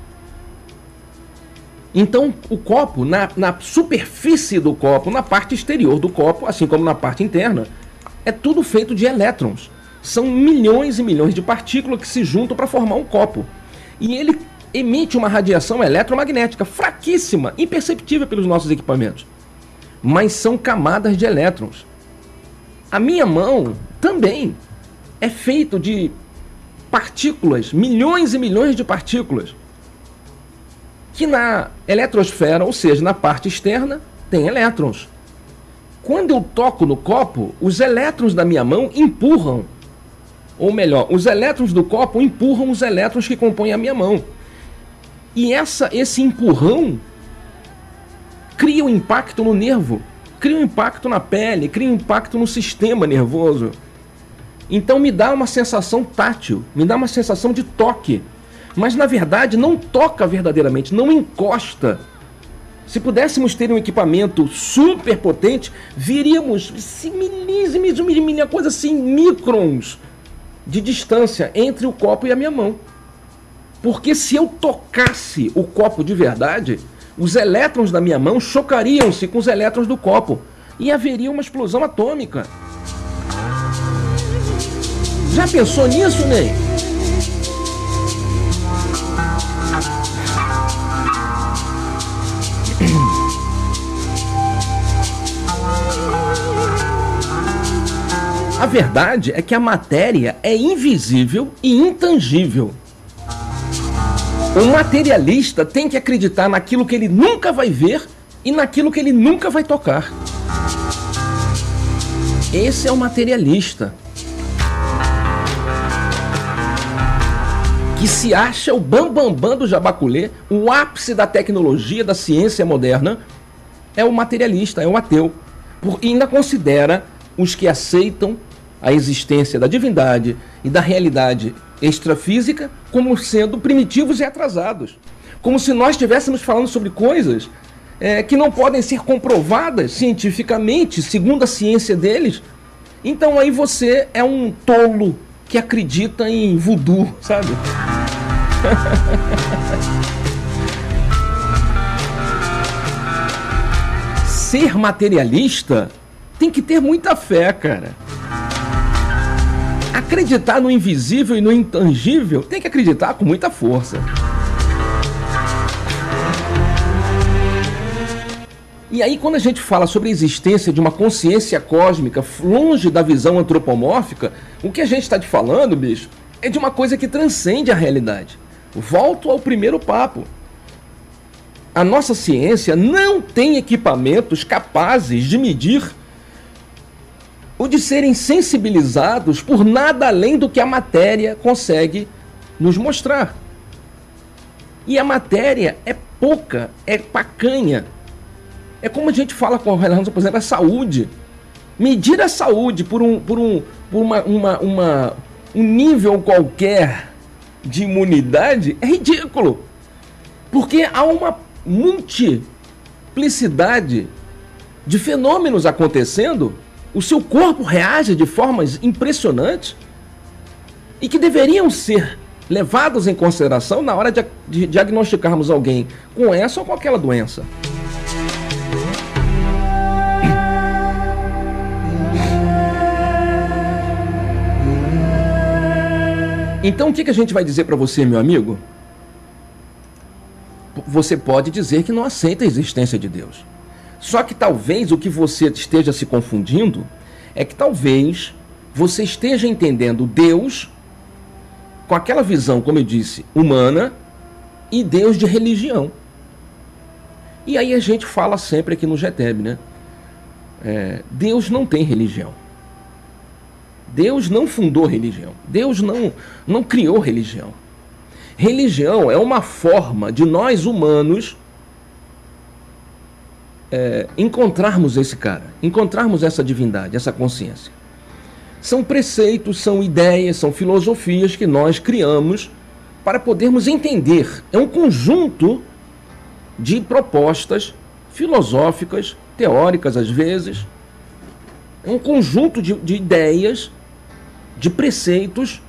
Então, o copo, na, na superfície do copo, na parte exterior do copo, assim como na parte interna, é tudo feito de elétrons. São milhões e milhões de partículas que se juntam para formar um copo. E ele emite uma radiação eletromagnética fraquíssima, imperceptível pelos nossos equipamentos. Mas são camadas de elétrons. A minha mão também é feito de partículas, milhões e milhões de partículas, que na eletrosfera, ou seja, na parte externa, tem elétrons. Quando eu toco no copo, os elétrons da minha mão empurram, ou melhor, os elétrons do copo empurram os elétrons que compõem a minha mão. E essa, esse empurrão cria um impacto no nervo, cria um impacto na pele, cria um impacto no sistema nervoso. Então me dá uma sensação tátil, me dá uma sensação de toque. Mas na verdade não toca verdadeiramente, não encosta. Se pudéssemos ter um equipamento super potente, viríamos milésimos, uma coisa assim, microns de distância entre o copo e a minha mão. Porque se eu tocasse o copo de verdade, os elétrons da minha mão chocariam-se com os elétrons do copo e haveria uma explosão atômica. Já pensou nisso, Ney? A verdade é que a matéria é invisível e intangível. O materialista tem que acreditar naquilo que ele nunca vai ver e naquilo que ele nunca vai tocar. Esse é o materialista, que se acha o bambambam bam, bam do jabaculê, o ápice da tecnologia, da ciência moderna, é o materialista, é o ateu. Por, e ainda considera os que aceitam a existência da divindade e da realidade extrafísica como sendo primitivos e atrasados. Como se nós estivéssemos falando sobre coisas é, que não podem ser comprovadas cientificamente, segundo a ciência deles. Então aí você é um tolo que acredita em voodoo, sabe? Ser materialista tem que ter muita fé, cara. Acreditar no invisível e no intangível tem que acreditar com muita força. E aí, quando a gente fala sobre a existência de uma consciência cósmica longe da visão antropomórfica, o que a gente está te falando, bicho, é de uma coisa que transcende a realidade. Volto ao primeiro papo. A nossa ciência não tem equipamentos capazes de medir ou de serem sensibilizados por nada além do que a matéria consegue nos mostrar. E a matéria é pouca, é pacanha. É como a gente fala com relação, por exemplo, à saúde. Medir a saúde por um, por um, por uma, uma, uma, um nível qualquer de imunidade é ridículo. Porque há uma multiplicidade de fenômenos acontecendo, o seu corpo reage de formas impressionantes e que deveriam ser levados em consideração na hora de, de diagnosticarmos alguém com essa ou com aquela doença. Então o que, que a gente vai dizer para você, meu amigo? Você pode dizer que não aceita a existência de Deus. Só que talvez o que você esteja se confundindo é que talvez você esteja entendendo Deus com aquela visão, como eu disse, humana, e Deus de religião. E aí a gente fala sempre aqui no G T E B, né? É, Deus não tem religião. Deus não fundou religião. Deus não, não criou religião. Religião é uma forma de nós humanos é, encontrarmos esse cara, encontrarmos essa divindade, essa consciência. São preceitos, são ideias, são filosofias que nós criamos para podermos entender. É um conjunto de propostas filosóficas, teóricas às vezes. É um conjunto de, de ideias, de preceitos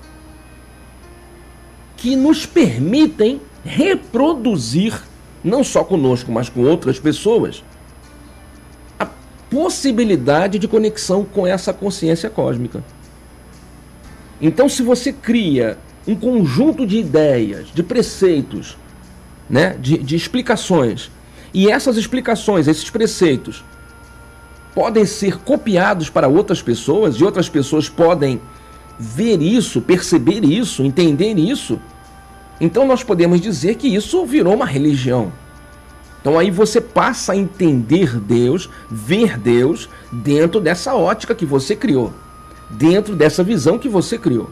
que nos permitem reproduzir, não só conosco, mas com outras pessoas, a possibilidade de conexão com essa consciência cósmica. Então, se você cria um conjunto de ideias, de preceitos, né, de, de explicações, e essas explicações, esses preceitos, podem ser copiados para outras pessoas, e outras pessoas podem ver isso, perceber isso, entender isso, então nós podemos dizer que isso virou uma religião. Então aí você passa a entender Deus, ver Deus dentro dessa ótica que você criou, dentro dessa visão que você criou.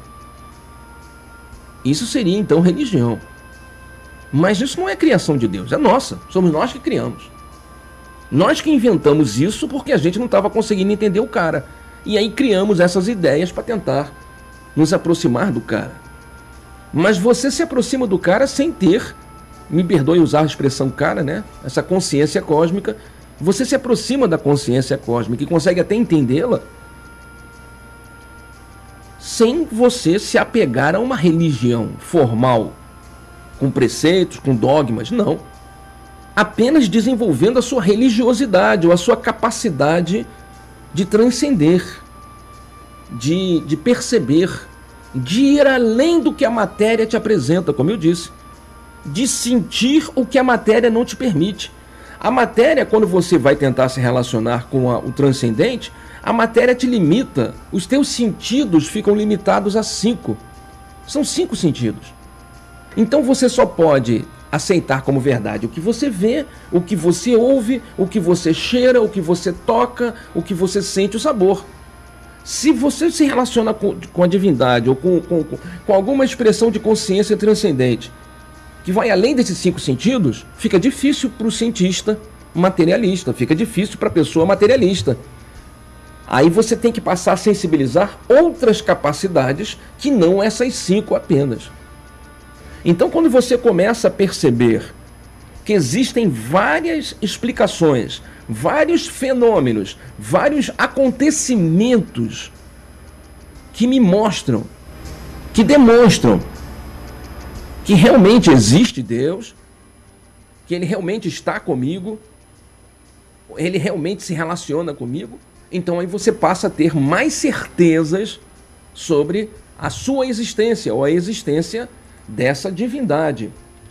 Isso seria então religião. Mas isso não é criação de Deus, é nossa, somos nós que criamos. Nós que inventamos isso porque a gente não estava conseguindo entender o cara. E aí criamos essas ideias para tentar nos aproximar do cara. Mas você se aproxima do cara sem ter, me perdoe usar a expressão cara, né? Essa consciência cósmica. Você se aproxima da consciência cósmica e consegue até entendê-la sem você se apegar a uma religião formal, com preceitos, com dogmas, não. Apenas desenvolvendo a sua religiosidade ou a sua capacidade de transcender, de, de perceber, de ir além do que a matéria te apresenta, como eu disse, de sentir o que a matéria não te permite. A matéria, quando você vai tentar se relacionar com a, o transcendente, a matéria te limita, os teus sentidos ficam limitados a cinco. São cinco sentidos. Então você só pode aceitar como verdade o que você vê, o que você ouve, o que você cheira, o que você toca, o que você sente o sabor. Se você se relaciona com, com a divindade ou com, com, com alguma expressão de consciência transcendente que vai além desses cinco sentidos, fica difícil para o cientista materialista, fica difícil para a pessoa materialista. Aí você tem que passar a sensibilizar outras capacidades que não essas cinco apenas. Então, quando você começa a perceber que existem várias explicações, vários fenômenos, vários acontecimentos que me mostram, que demonstram que realmente existe Deus, que Ele realmente está comigo, Ele realmente se relaciona comigo, então aí você passa a ter mais certezas sobre a sua existência ou a existência dessa divindade.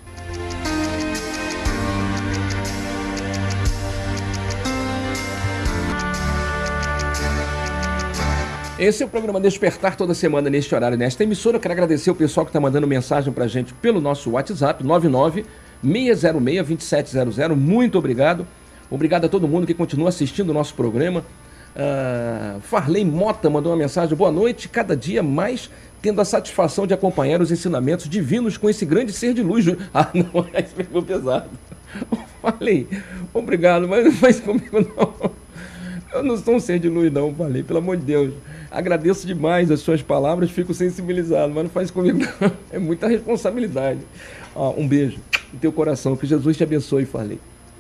Esse é o programa Despertar, toda semana neste horário, nesta emissora. Eu quero agradecer o pessoal que está mandando mensagem para a gente pelo nosso WhatsApp, nove nove seis zero seis, dois sete zero zero. Muito obrigado. Obrigado a todo mundo que continua assistindo o nosso programa. Uh, Farley Mota mandou uma mensagem: boa noite, cada dia mais tendo a satisfação de acompanhar os ensinamentos divinos com esse grande ser de luz. Ah, não, isso pegou pesado. Farley, obrigado, mas não faz comigo não. Eu não sou um ser de luz não, Farley, pelo amor de Deus. Agradeço demais as suas palavras, fico sensibilizado, mas não faz comigo não. É muita responsabilidade. Ah, um beijo no teu coração, que Jesus te abençoe, Farley.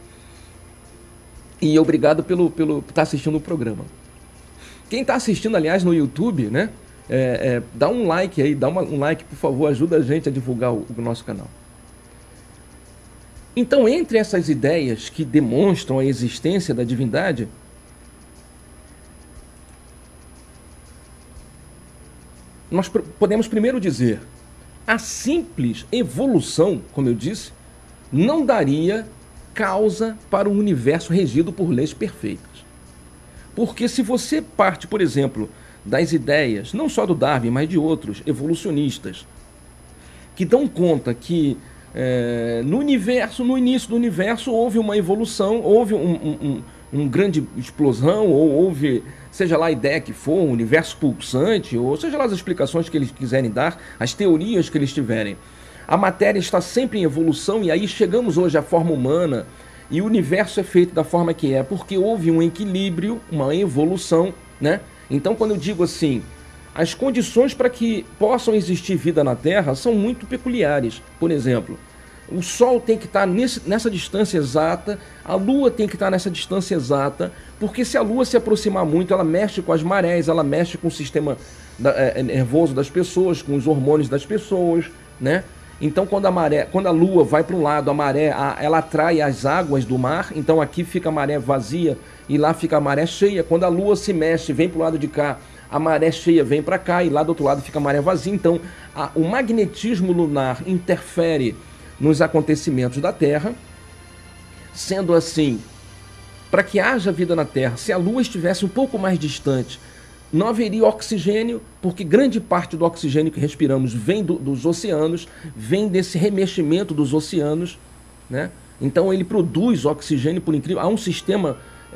E obrigado pelo, pelo por estar assistindo o programa. Quem está assistindo, aliás, no YouTube, né? É, é, dá um like aí, dá uma, um like, por favor, ajuda a gente a divulgar o, o nosso canal. Então, entre essas ideias que demonstram a existência da divindade, nós podemos primeiro dizer, a simples evolução, como eu disse, não daria causa para um universo regido por leis perfeitas. Porque se você parte, por exemplo, das ideias, não só do Darwin, mas de outros evolucionistas, que dão conta que é, no universo, no início do universo, houve uma evolução, houve um, um, um, um grande explosão, ou houve, seja lá a ideia que for, um universo pulsante, ou seja lá as explicações que eles quiserem dar, as teorias que eles tiverem. A matéria está sempre em evolução e aí chegamos hoje à forma humana e o universo é feito da forma que é, porque houve um equilíbrio, uma evolução, né? Então, quando eu digo assim, as condições para que possam existir vida na Terra são muito peculiares. Por exemplo, o Sol tem que estar nesse, nessa distância exata, a Lua tem que estar nessa distância exata, porque se a Lua se aproximar muito, ela mexe com as marés, ela mexe com o sistema da, é, nervoso das pessoas, com os hormônios das pessoas, né? Então, quando a maré, quando a Lua vai para um lado, a maré, a, ela atrai as águas do mar, então aqui fica a maré vazia e lá fica a maré cheia. Quando a Lua se mexe, vem para o lado de cá, a maré cheia vem para cá e lá do outro lado fica a maré vazia. Então, a, o magnetismo lunar interfere nos acontecimentos da Terra. Sendo assim, para que haja vida na Terra, se a Lua estivesse um pouco mais distante, não haveria oxigênio, porque grande parte do oxigênio que respiramos vem do, dos oceanos, vem desse remeximento dos oceanos, né? Então ele produz oxigênio, por incrível, há um sistema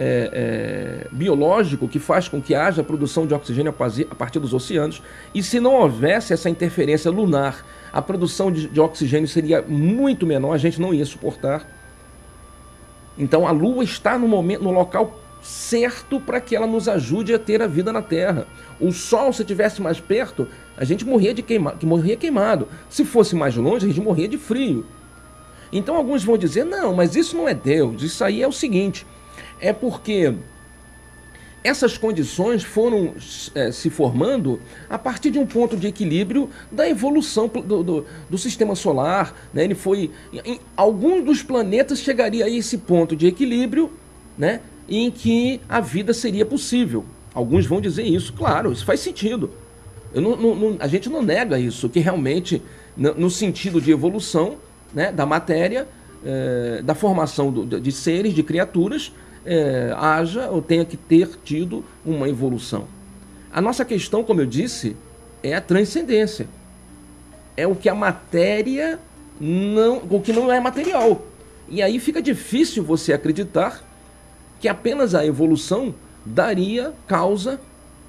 é, é, biológico que faz com que haja produção de oxigênio a partir dos oceanos, e se não houvesse essa interferência lunar, a produção de, de oxigênio seria muito menor, a gente não ia suportar. Então a Lua está no momento, no local certo para que ela nos ajude a ter a vida na Terra. O Sol, se estivesse mais perto, a gente morria de queima, morria queimado. Se fosse mais longe, a gente morria de frio. Então alguns vão dizer, não, mas isso não é Deus, isso aí é o seguinte, é porque essas condições foram é, se formando a partir de um ponto de equilíbrio da evolução do, do, do sistema solar, né? Ele foi, em alguns dos planetas chegaria a esse ponto de equilíbrio, né, em que a vida seria possível. Alguns vão dizer isso, claro, isso faz sentido. Eu não, não, a gente não nega isso, que realmente, no, no sentido de evolução, né, da matéria, é, da formação do, de seres, de criaturas, é, haja ou tenha que ter tido uma evolução. A nossa questão, como eu disse, é a transcendência. É o que a matéria não, o que não é material. E aí fica difícil você acreditar que apenas a evolução daria causa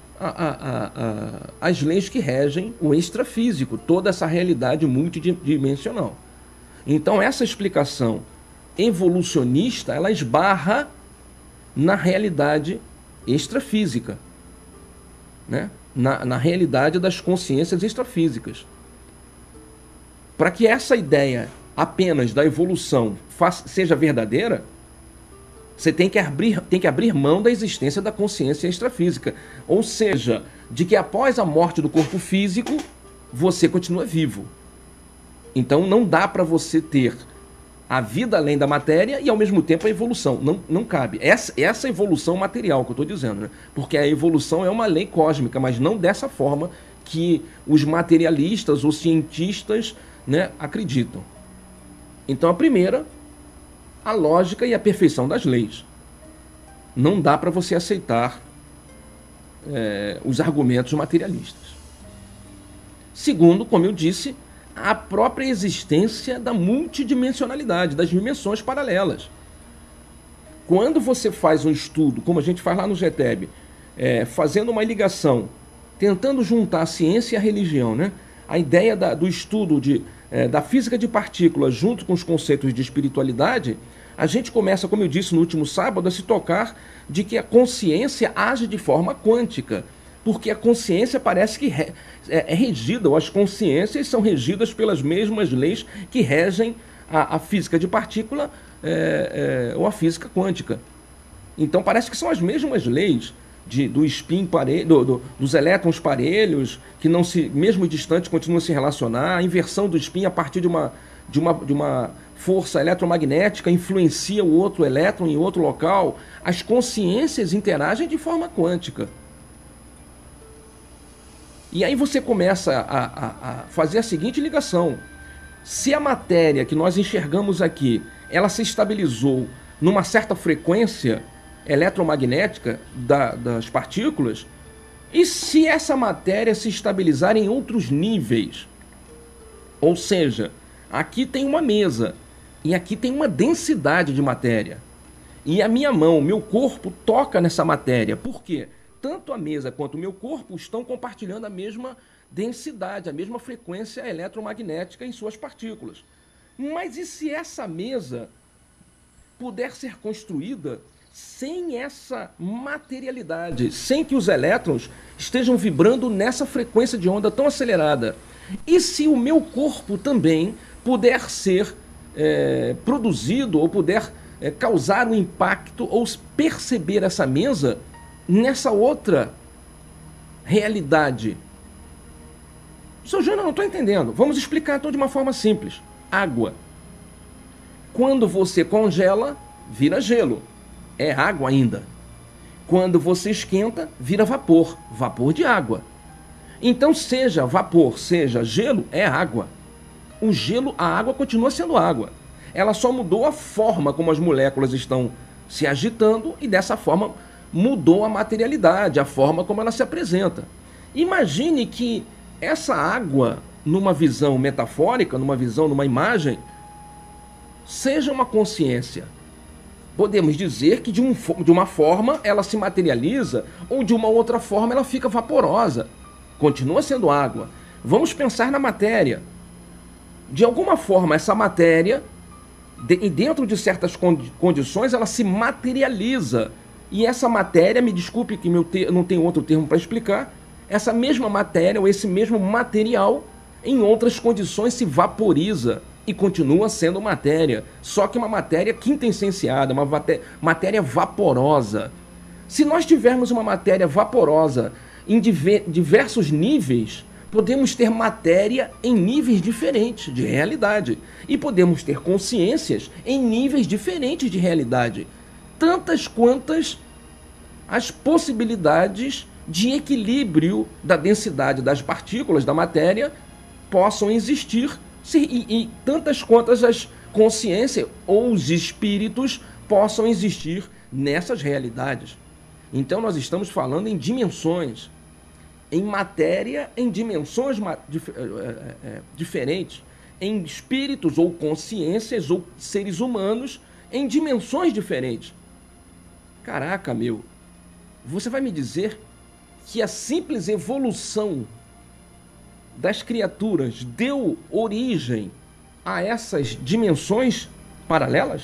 às leis que regem o extrafísico, toda essa realidade multidimensional. Então essa explicação evolucionista, ela esbarra na realidade extrafísica, né? na, na realidade das consciências extrafísicas. Para que essa ideia apenas da evolução faça, seja verdadeira, você tem que, abrir, tem que abrir mão da existência da consciência extrafísica. Ou seja, de que após a morte do corpo físico, você continua vivo. Então não dá para você ter a vida além da matéria e ao mesmo tempo a evolução. Não, não cabe. Essa, essa evolução material que eu estou dizendo, né? Porque a evolução é uma lei cósmica, mas não dessa forma que os materialistas ou cientistas, né, acreditam. Então a primeira, a lógica e a perfeição das leis. Não dá para você aceitar é, os argumentos materialistas. Segundo, como eu disse, a própria existência da multidimensionalidade, das dimensões paralelas. Quando você faz um estudo, como a gente faz lá no G T E B, é, fazendo uma ligação, tentando juntar a ciência e a religião, né? A ideia da, do estudo de, é, da física de partículas junto com os conceitos de espiritualidade, a gente começa, como eu disse no último sábado, a se tocar de que a consciência age de forma quântica, porque a consciência parece que é, é regida, ou as consciências são regidas pelas mesmas leis que regem a, a física de partícula é, é, ou a física quântica. Então parece que são as mesmas leis de, do spin parelho, do, do, dos elétrons parelhos, que não se, mesmo distantes continuam a se relacionar, a inversão do spin a partir de uma, de uma, de uma força eletromagnética influencia o outro elétron em outro local. As consciências interagem de forma quântica. E aí você começa a, a, a fazer a seguinte ligação. Se a matéria que nós enxergamos aqui, ela se estabilizou numa certa frequência eletromagnética da, das partículas, e se essa matéria se estabilizar em outros níveis? Ou seja, aqui tem uma mesa, e aqui tem uma densidade de matéria. E a minha mão, meu corpo toca nessa matéria. Por quê? Tanto a mesa quanto o meu corpo estão compartilhando a mesma densidade, a mesma frequência eletromagnética em suas partículas. Mas e se essa mesa puder ser construída sem essa materialidade, sem que os elétrons estejam vibrando nessa frequência de onda tão acelerada. E se o meu corpo também puder ser é, produzido ou puder é, causar um impacto ou perceber essa mesa nessa outra realidade? Seu Júnior, não estou entendendo. Vamos explicar então de uma forma simples. Água. Quando você congela, vira gelo. É água ainda. Quando você esquenta, vira vapor. Vapor de água. Então, seja vapor, seja gelo, é água. O gelo, a água continua sendo água. Ela só mudou a forma como as moléculas estão se agitando e dessa forma mudou a materialidade, a forma como ela se apresenta. Imagine que essa água, numa visão metafórica, numa visão, numa imagem, seja uma consciência. Podemos dizer que de, um, de uma forma ela se materializa ou de uma outra forma ela fica vaporosa. Continua sendo água. Vamos pensar na matéria. De alguma forma essa matéria, de, dentro de certas condi condições, ela se materializa. E essa matéria, me desculpe que meu te não tem outro termo para explicar, essa mesma matéria ou esse mesmo material, em outras condições se vaporiza e continua sendo matéria, só que uma matéria quintessenciada, uma matéria vaporosa. Se nós tivermos uma matéria vaporosa em diversos níveis, podemos ter matéria em níveis diferentes de realidade e podemos ter consciências em níveis diferentes de realidade, tantas quantas as possibilidades de equilíbrio da densidade das partículas da matéria possam existir se, e, e tantas quantas as consciências ou os espíritos possam existir nessas realidades. Então nós estamos falando em dimensões, em matéria, em dimensões dif é, é, diferentes, em espíritos ou consciências ou seres humanos em dimensões diferentes. Caraca, meu, você vai me dizer que a simples evolução das criaturas deu origem a essas dimensões paralelas?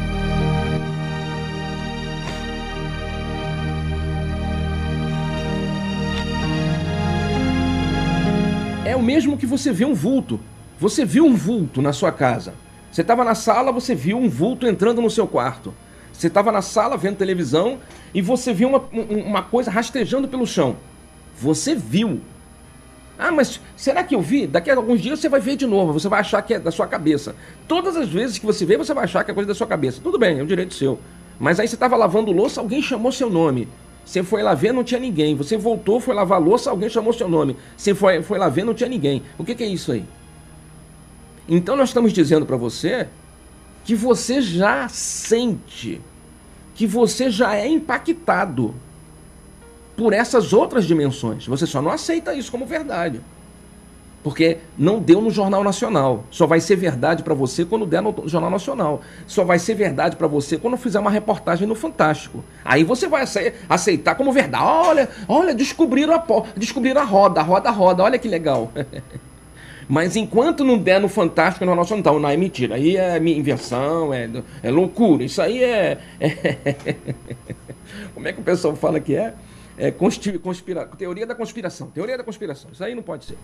É o mesmo que você vê um vulto. Você viu um vulto na sua casa. Você estava na sala, você viu um vulto entrando no seu quarto. Você estava na sala vendo televisão e você viu uma, uma coisa rastejando pelo chão. Você viu. Ah, mas será que eu vi? Daqui a alguns dias você vai ver de novo. Você vai achar que é da sua cabeça. Todas as vezes que você vê, você vai achar que é coisa da sua cabeça. Tudo bem, é um direito seu. Mas aí você estava lavando louça, alguém chamou seu nome. Você foi lá ver, não tinha ninguém. Você voltou, foi lavar louça, alguém chamou seu nome. Você foi, foi lá ver, não tinha ninguém. O que, que é isso aí? Então nós estamos dizendo para você que você já sente, que você já é impactado por essas outras dimensões. Você só não aceita isso como verdade. Porque não deu no Jornal Nacional. Só vai ser verdade para você quando der no Jornal Nacional. Só vai ser verdade para você quando fizer uma reportagem no Fantástico. Aí você vai aceitar como verdade. Olha, olha, descobriram a, descobriram a roda, a roda, a roda. Olha que legal. Mas enquanto não der no Fantástico, no Jornal Nacional, não, é mentira. Aí é minha invenção, é, é loucura. Isso aí é... é... Como é que o pessoal fala que é? É conspira... teoria da conspiração. Teoria da conspiração. Isso aí não pode ser.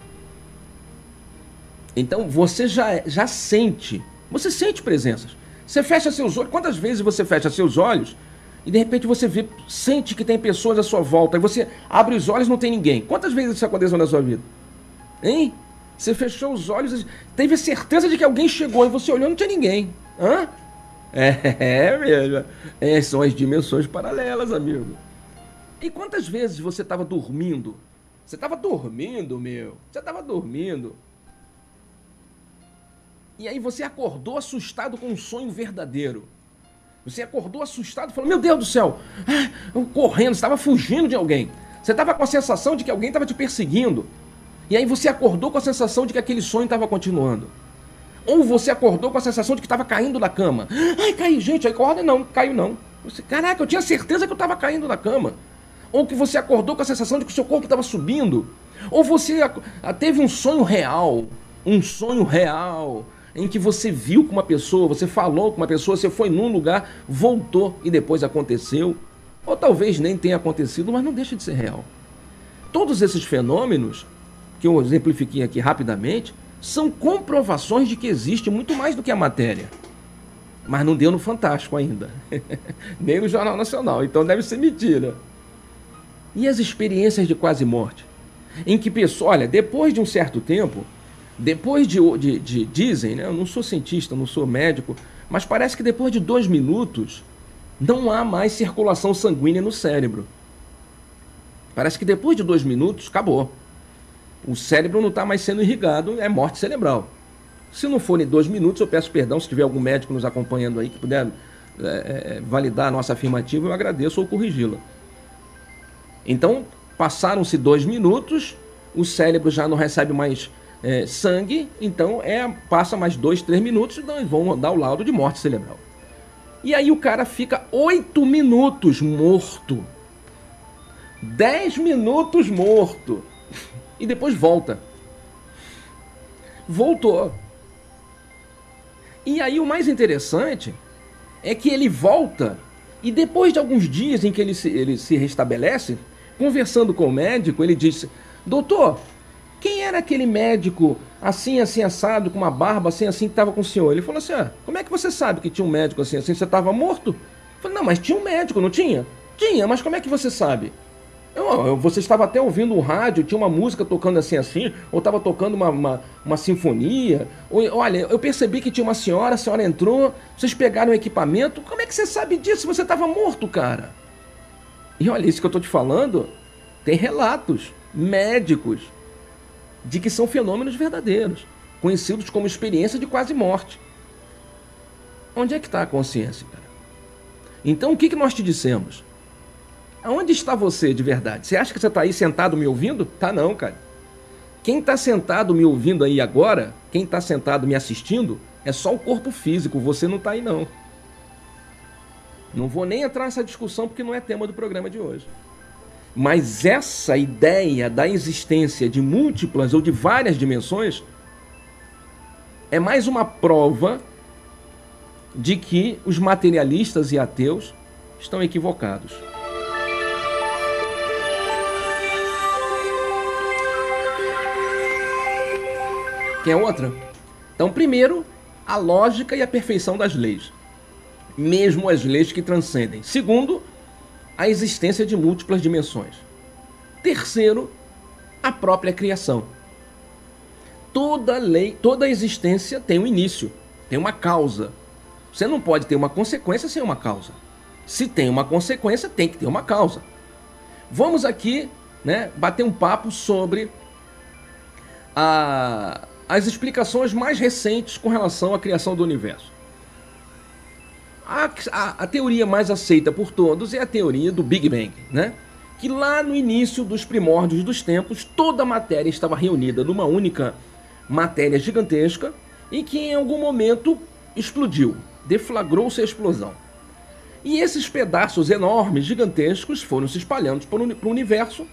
Então você já, já sente, você sente presenças. Você fecha seus olhos, quantas vezes você fecha seus olhos e de repente você vê, sente que tem pessoas à sua volta, e você abre os olhos e não tem ninguém. Quantas vezes isso aconteceu na sua vida? Hein? Você fechou os olhos, teve certeza de que alguém chegou e você olhou e não tinha ninguém. Hã? É, é mesmo. É, são as dimensões paralelas, amigo. E quantas vezes você estava dormindo? Você estava dormindo, meu. Você estava dormindo. E aí você acordou assustado com um sonho verdadeiro. Você acordou assustado, falou, meu Deus do céu, ah, correndo, você estava fugindo de alguém. Você estava com a sensação de que alguém estava te perseguindo. E aí você acordou com a sensação de que aquele sonho estava continuando. Ou você acordou com a sensação de que estava caindo da cama. Ai, caiu, gente, aí acorda não, caiu não. Você, caraca, eu tinha certeza que eu estava caindo da cama. Ou que você acordou com a sensação de que o seu corpo estava subindo. Ou você teve um sonho real, um sonho real, em que você viu com uma pessoa, você falou com uma pessoa, você foi num lugar, voltou e depois aconteceu. Ou talvez nem tenha acontecido, mas não deixa de ser real. Todos esses fenômenos, que eu exemplifiquei aqui rapidamente, são comprovações de que existe muito mais do que a matéria. Mas não deu no Fantástico ainda. Nem no Jornal Nacional, então deve ser mentira. E as experiências de quase morte? Em que pessoa, olha, depois de um certo tempo, depois de, de, de dizem, né, eu não sou cientista, não sou médico, mas parece que depois de dois minutos não há mais circulação sanguínea no cérebro. Parece que depois de dois minutos, acabou. O cérebro não está mais sendo irrigado, é morte cerebral. Se não for em dois minutos, eu peço perdão, se tiver algum médico nos acompanhando aí que puder é, é, validar a nossa afirmativa, eu agradeço ou corrigi-la. Então, passaram-se dois minutos, o cérebro já não recebe mais é, sangue, então é, passa mais dois, três minutos, então vão dar o laudo de morte cerebral. E aí o cara fica oito minutos morto. Dez minutos morto. E depois volta. Voltou. E aí o mais interessante é que ele volta e depois de alguns dias em que ele se, ele se restabelece, conversando com o médico, ele disse: doutor, quem era aquele médico assim, assim, assado, com uma barba assim, assim, que estava com o senhor? Ele falou assim: ah, como é que você sabe que tinha um médico assim, assim? Você estava morto? Eu falei: não, mas tinha um médico, não tinha? Tinha, mas como é que você sabe? Eu, eu, você estava até ouvindo um rádio, tinha uma música tocando assim, assim, ou estava tocando uma, uma, uma sinfonia. Ou, olha, eu percebi que tinha uma senhora, a senhora entrou, vocês pegaram o equipamento. Como é que você sabe disso? Você estava morto, cara. E olha, isso que eu estou te falando, tem relatos médicos de que são fenômenos verdadeiros, conhecidos como experiência de quase morte. Onde é que está a consciência, cara? Então, o que, que nós te dissemos? Aonde está você de verdade? Você acha que você está aí sentado me ouvindo? Tá não, cara. Quem está sentado me ouvindo aí agora, quem está sentado me assistindo, é só o corpo físico, você não está aí não. Não vou nem entrar nessa discussão porque não é tema do programa de hoje. Mas essa ideia da existência de múltiplas ou de várias dimensões é mais uma prova de que os materialistas e ateus estão equivocados. Quer outra? Então, primeiro, a lógica e a perfeição das leis. Mesmo as leis que transcendem. Segundo, a existência de múltiplas dimensões. Terceiro, a própria criação. Toda lei, toda existência tem um início, tem uma causa. Você não pode ter uma consequência sem uma causa. Se tem uma consequência, tem que ter uma causa. Vamos aqui, né, bater um papo sobre a, as explicações mais recentes com relação à criação do universo. A, a, a teoria mais aceita por todos é a teoria do Big Bang, né? Que lá no início dos primórdios dos tempos, toda a matéria estava reunida numa única matéria gigantesca e que em algum momento explodiu, deflagrou-se a explosão. E esses pedaços enormes, gigantescos, foram se espalhando para o universo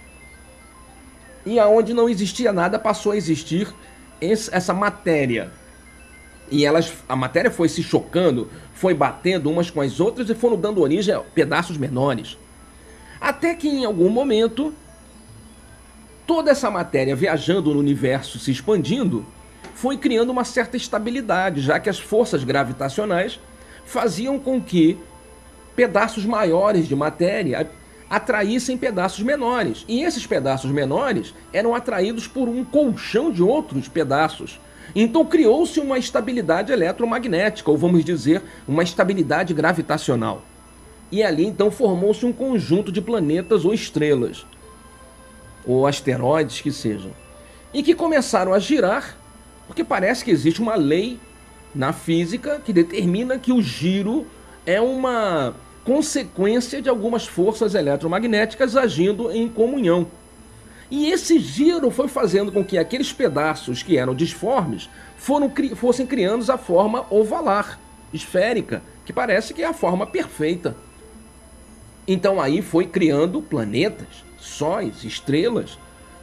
e aonde não existia nada passou a existir esse, essa matéria. E elas, a matéria foi se chocando, foi batendo umas com as outras e foram dando origem a pedaços menores. Até que em algum momento, toda essa matéria viajando no universo, se expandindo, foi criando uma certa estabilidade, já que as forças gravitacionais faziam com que pedaços maiores de matéria atraíssem pedaços menores. E esses pedaços menores eram atraídos por um colchão de outros pedaços. Então criou-se uma estabilidade eletromagnética, ou vamos dizer, uma estabilidade gravitacional. E ali então formou-se um conjunto de planetas ou estrelas, ou asteroides que sejam, e que começaram a girar, porque parece que existe uma lei na física que determina que o giro é uma consequência de algumas forças eletromagnéticas agindo em comunhão. E esse giro foi fazendo com que aqueles pedaços que eram disformes foram, fossem criando a forma ovalar, esférica, que parece que é a forma perfeita. Então aí foi criando planetas, sóis, estrelas,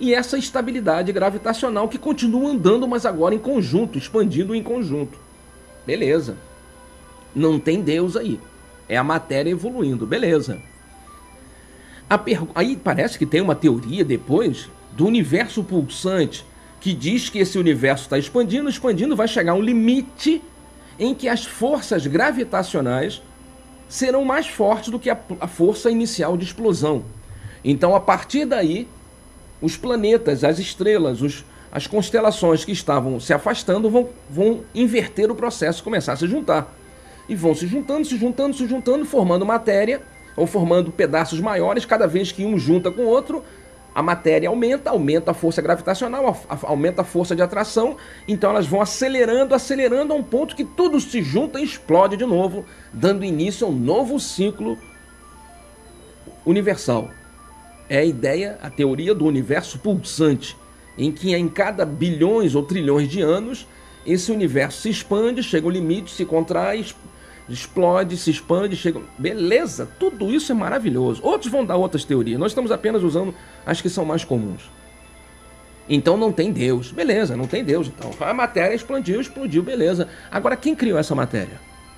e essa estabilidade gravitacional que continua andando, mas agora em conjunto, expandindo em conjunto. Beleza. Não tem Deus aí. É a matéria evoluindo. Beleza. A per... Aí parece que tem uma teoria depois do universo pulsante que diz que esse universo está expandindo, expandindo, vai chegar a um limite em que as forças gravitacionais serão mais fortes do que a, a força inicial de explosão. Então, a partir daí, os planetas, as estrelas, os, as constelações que estavam se afastando vão, vão inverter o processo, começar a se juntar. E vão se juntando, se juntando, se juntando, formando matéria, ou formando pedaços maiores. Cada vez que um junta com o outro, a matéria aumenta, aumenta a força gravitacional, a, a, aumenta a força de atração. Então elas vão acelerando, acelerando a um ponto que tudo se junta e explode de novo, dando início a um novo ciclo universal. É a ideia, a teoria do universo pulsante, em que em cada bilhões ou trilhões de anos, esse universo se expande, chega ao limite, se contrai, explode, se expande, chega... Beleza, tudo isso é maravilhoso. Outros vão dar outras teorias, nós estamos apenas usando as que são mais comuns. Então não tem Deus. Beleza, não tem Deus. Então a matéria explodiu, explodiu, beleza. Agora, quem criou essa matéria?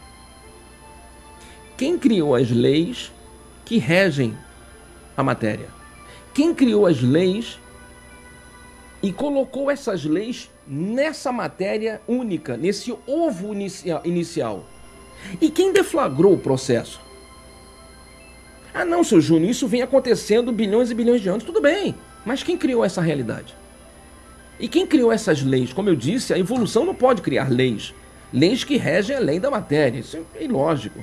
Quem criou as leis que regem a matéria? Quem criou as leis e colocou essas leis nessa matéria única, nesse ovo inicia- inicial? E quem deflagrou o processo? Ah não, seu Júnior, isso vem acontecendo bilhões e bilhões de anos. Tudo bem, mas quem criou essa realidade? E quem criou essas leis? Como eu disse, a evolução não pode criar leis. Leis que regem a lei da matéria. Isso é ilógico.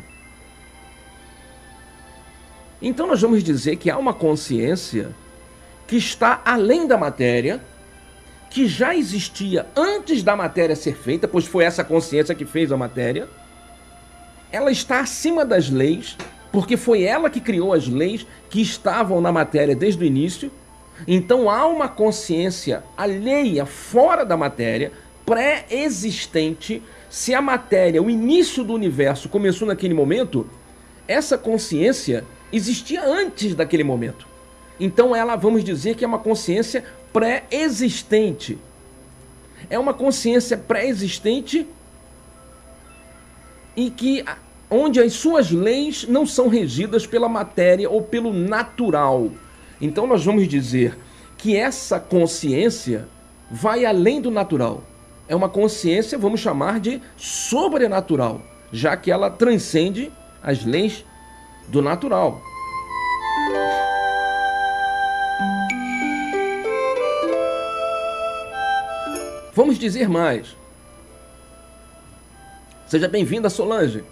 Então nós vamos dizer que há uma consciência que está além da matéria, que já existia antes da matéria ser feita, pois foi essa consciência que fez a matéria. Ela está acima das leis, porque foi ela que criou as leis que estavam na matéria desde o início. Então há uma consciência alheia, fora da matéria, pré-existente. Se a matéria, o início do universo começou naquele momento, essa consciência existia antes daquele momento. Então ela, vamos dizer que é uma consciência pré-existente. É uma consciência pré-existente e que, onde as suas leis não são regidas pela matéria ou pelo natural. Então nós vamos dizer que essa consciência vai além do natural. É uma consciência, vamos chamar de sobrenatural, já que ela transcende as leis do natural. Vamos dizer mais. Seja bem-vinda, Solange.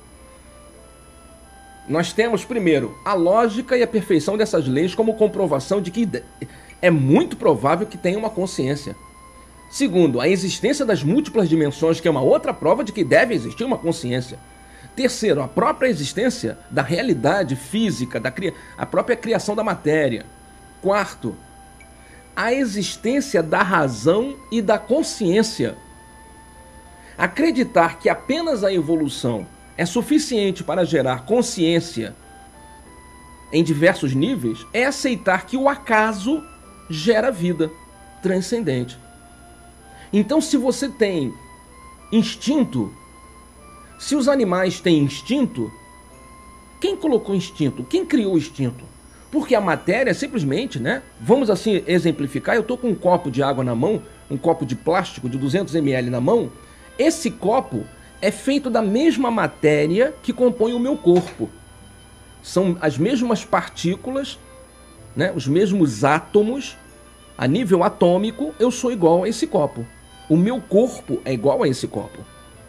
Nós temos, primeiro, a lógica e a perfeição dessas leis como comprovação de que é muito provável que tenha uma consciência. Segundo, a existência das múltiplas dimensões, que é uma outra prova de que deve existir uma consciência. Terceiro, a própria existência da realidade física, da cria... a própria criação da matéria. Quarto, a existência da razão e da consciência. Acreditar que apenas a evolução é suficiente para gerar consciência em diversos níveis é aceitar que o acaso gera vida transcendente. Então, se você tem instinto, se os animais têm instinto, quem colocou instinto? Quem criou o instinto? Porque a matéria simplesmente, né? Vamos assim exemplificar, eu estou com um copo de água na mão, um copo de plástico de duzentos mililitros na mão. Esse copo é feito da mesma matéria que compõe o meu corpo. São as mesmas partículas, né? Os mesmos átomos. A nível atômico, eu sou igual a esse copo. O meu corpo é igual a esse copo.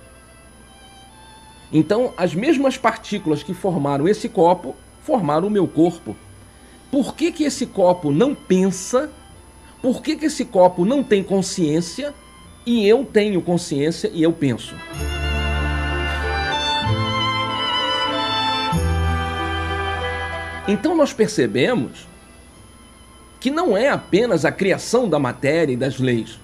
Então, as mesmas partículas que formaram esse copo, formaram o meu corpo. Por que que esse copo não pensa? Por que que esse copo não tem consciência? E eu tenho consciência e eu penso. Então nós percebemos que não é apenas a criação da matéria e das leis.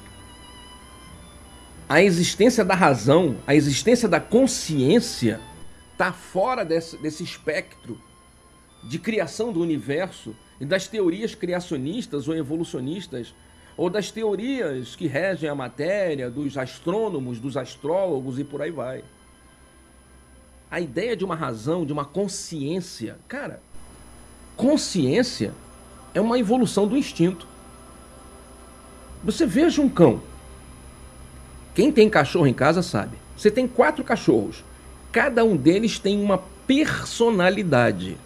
A existência da razão, a existência da consciência está fora desse, desse espectro de criação do universo e das teorias criacionistas ou evolucionistas, ou das teorias que regem a matéria, dos astrônomos, dos astrólogos e por aí vai. A ideia de uma razão, de uma consciência, cara, consciência é uma evolução do instinto. Você veja um cão. Quem tem cachorro em casa sabe. Você tem quatro cachorros. Cada um deles tem uma personalidade.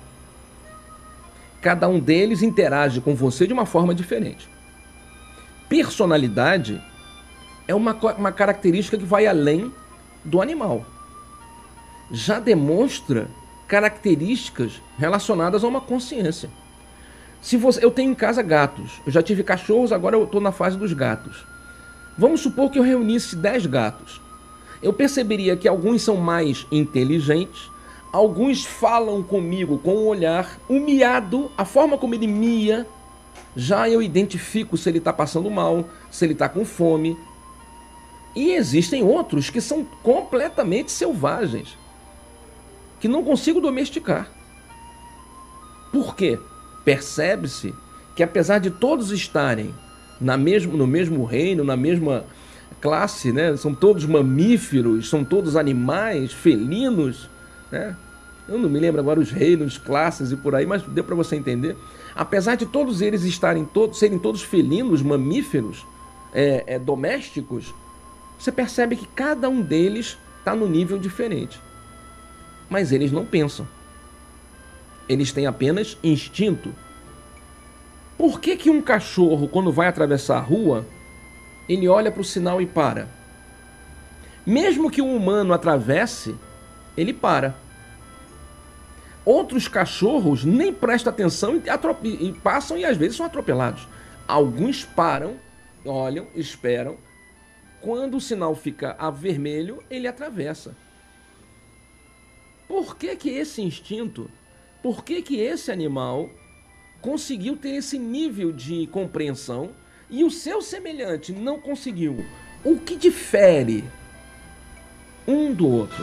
Cada um deles interage com você de uma forma diferente. Personalidade é uma, uma característica que vai além do animal. Já demonstra características relacionadas a uma consciência. Se você, eu tenho em casa gatos, eu já tive cachorros, agora eu estou na fase dos gatos. Vamos supor que eu reunisse dez gatos. Eu perceberia que alguns são mais inteligentes, alguns falam comigo com um olhar, o miado, a forma como ele mia, já eu identifico se ele está passando mal, se ele está com fome. E existem outros que são completamente selvagens, que não consigo domesticar. Por quê? Percebe-se que apesar de todos estarem na mesmo, no mesmo reino, na mesma classe, né? São todos mamíferos, são todos animais, felinos, né? Eu não me lembro agora os reinos, classes e por aí, mas deu para você entender. Apesar de todos eles estarem todos, serem todos felinos, mamíferos, é, é, domésticos, você percebe que cada um deles está num nível diferente. Mas eles não pensam. Eles têm apenas instinto. Por que que um cachorro, quando vai atravessar a rua, ele olha para o sinal e para? Mesmo que um humano atravesse, ele para. Outros cachorros nem prestam atenção e, e passam e às vezes são atropelados. Alguns param, olham, esperam. Quando o sinal fica a vermelho, ele atravessa. Por que que esse instinto, por que que esse animal conseguiu ter esse nível de compreensão e o seu semelhante não conseguiu? O que difere um do outro?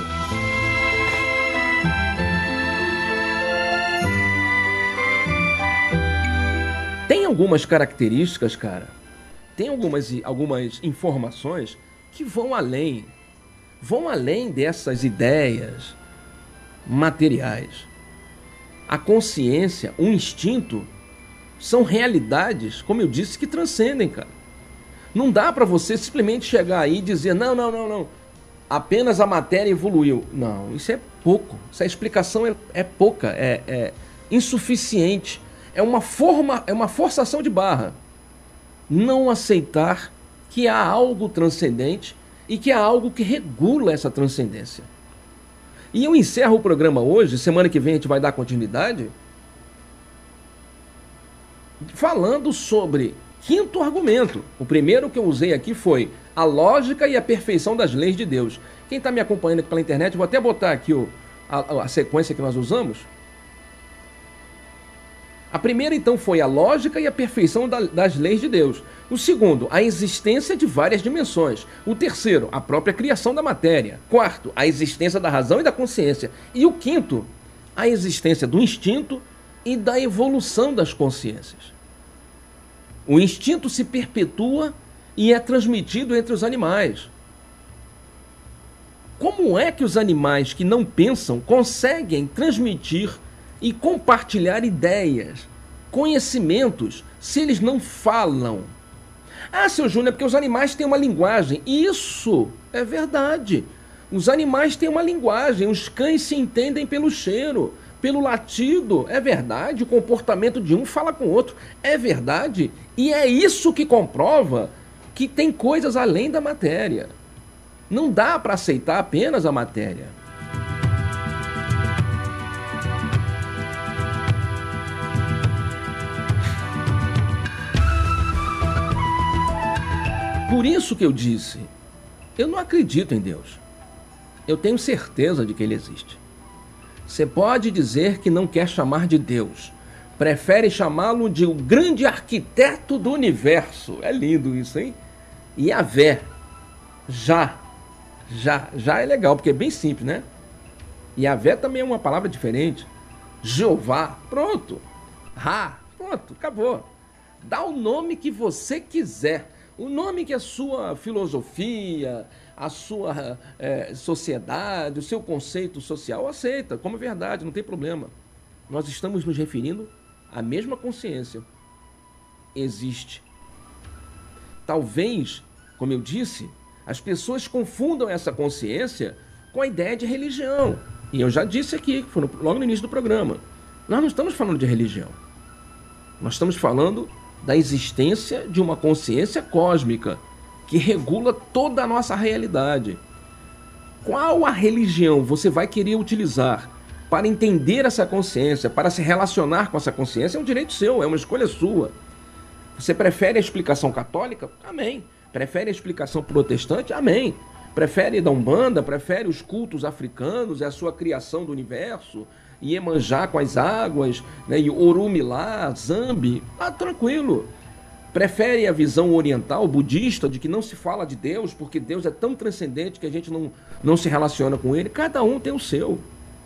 Tem algumas características, cara, tem algumas, algumas informações que vão além, vão além dessas ideias materiais. A consciência, o instinto, são realidades, como eu disse, que transcendem, cara. Não dá para você simplesmente chegar aí e dizer, não, não, não, não, apenas a matéria evoluiu. Não, isso é pouco, essa explicação é, é pouca, é, é insuficiente, é uma, forma, é uma forçação de barra. Não aceitar que há algo transcendente e que há algo que regula essa transcendência. E eu encerro o programa hoje, semana que vem a gente vai dar continuidade, falando sobre quinto argumento. O primeiro que eu usei aqui foi a lógica e a perfeição das leis de Deus. Quem está me acompanhando aqui pela internet, vou até botar aqui o, a, a sequência que nós usamos. A primeira, então, foi a lógica e a perfeição da, das leis de Deus. O segundo, a existência de várias dimensões. O terceiro, a própria criação da matéria. Quarto, a existência da razão e da consciência. E o quinto, a existência do instinto e da evolução das consciências. O instinto se perpetua e é transmitido entre os animais. Como é que os animais que não pensam conseguem transmitir e compartilhar ideias, conhecimentos, se eles não falam? Ah, seu Júnior, é porque os animais têm uma linguagem. Isso é verdade. Os animais têm uma linguagem, os cães se entendem pelo cheiro, pelo latido. É verdade, o comportamento de um fala com o outro. É verdade. E é isso que comprova que tem coisas além da matéria. Não dá para aceitar apenas a matéria. Por isso que eu disse, eu não acredito em Deus. Eu tenho certeza de que Ele existe. Você pode dizer que não quer chamar de Deus. Prefere chamá-lo de o grande arquiteto do universo. É lindo isso, hein? Yahvé. Já. Já. Já é legal, porque é bem simples, né? Yahvé também é uma palavra diferente. Jeová. Pronto. Ra. Pronto. Acabou. Dá o nome que você quiser. O nome que a sua filosofia, a sua é, sociedade, o seu conceito social aceita como verdade, não tem problema. Nós estamos nos referindo à mesma consciência. Existe. Talvez, como eu disse, as pessoas confundam essa consciência com a ideia de religião. E eu já disse aqui, foi no, logo no início do programa, nós não estamos falando de religião. Nós estamos falando da existência de uma consciência cósmica que regula toda a nossa realidade. Qual a religião você vai querer utilizar para entender essa consciência, para se relacionar com essa consciência? É um direito seu, é uma escolha sua. Você prefere a explicação católica? Amém. Prefere a explicação protestante? Amém. Prefere da Umbanda? Prefere os cultos africanos, é a sua criação do universo? Iemanjá com as águas, né? E Orumilá, Zambi? Ah, tranquilo. Prefere a visão oriental, budista, de que não se fala de Deus, porque Deus é tão transcendente que a gente não, não se relaciona com ele? Cada um tem o seu.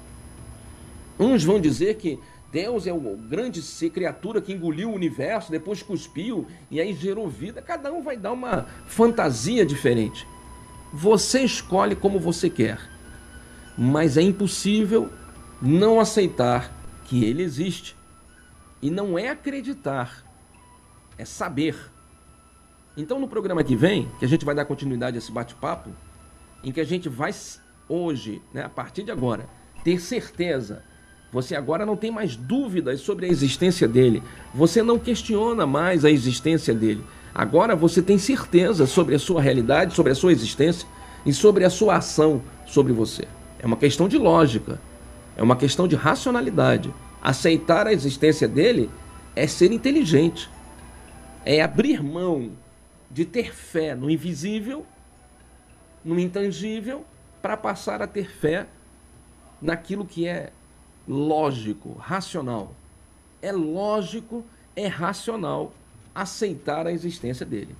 Uns vão dizer que Deus é o grande ser, criatura que engoliu o universo, depois cuspiu e aí gerou vida. Cada um vai dar uma fantasia diferente. Você escolhe como você quer, mas é impossível não aceitar que ele existe. E não é acreditar, é saber. Então no programa que vem, que a gente vai dar continuidade a esse bate-papo, em que a gente vai hoje, né, a partir de agora, ter certeza. Você agora não tem mais dúvidas sobre a existência dele. Você não questiona mais a existência dele. Agora você tem certeza sobre a sua realidade, sobre a sua existência e sobre a sua ação sobre você. É uma questão de lógica. É uma questão de racionalidade. Aceitar a existência dele é ser inteligente. É abrir mão de ter fé no invisível, no intangível, para passar a ter fé naquilo que é lógico, racional. É lógico, é racional aceitar a existência dele.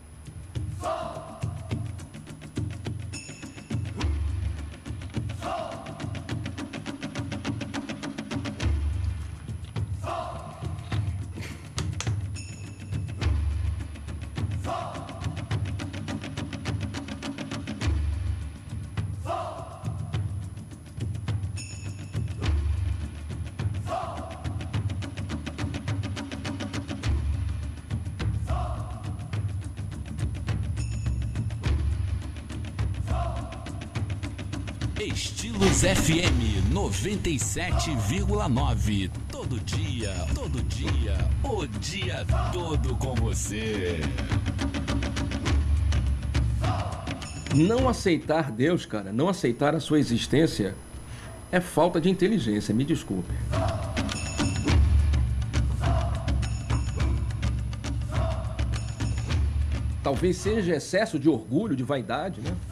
Estilos F M noventa e sete vírgula nove. Todo dia, todo dia, o dia todo com você. Não aceitar Deus, cara, não aceitar a sua existência é falta de inteligência, me desculpe. Talvez seja excesso de orgulho, de vaidade, né?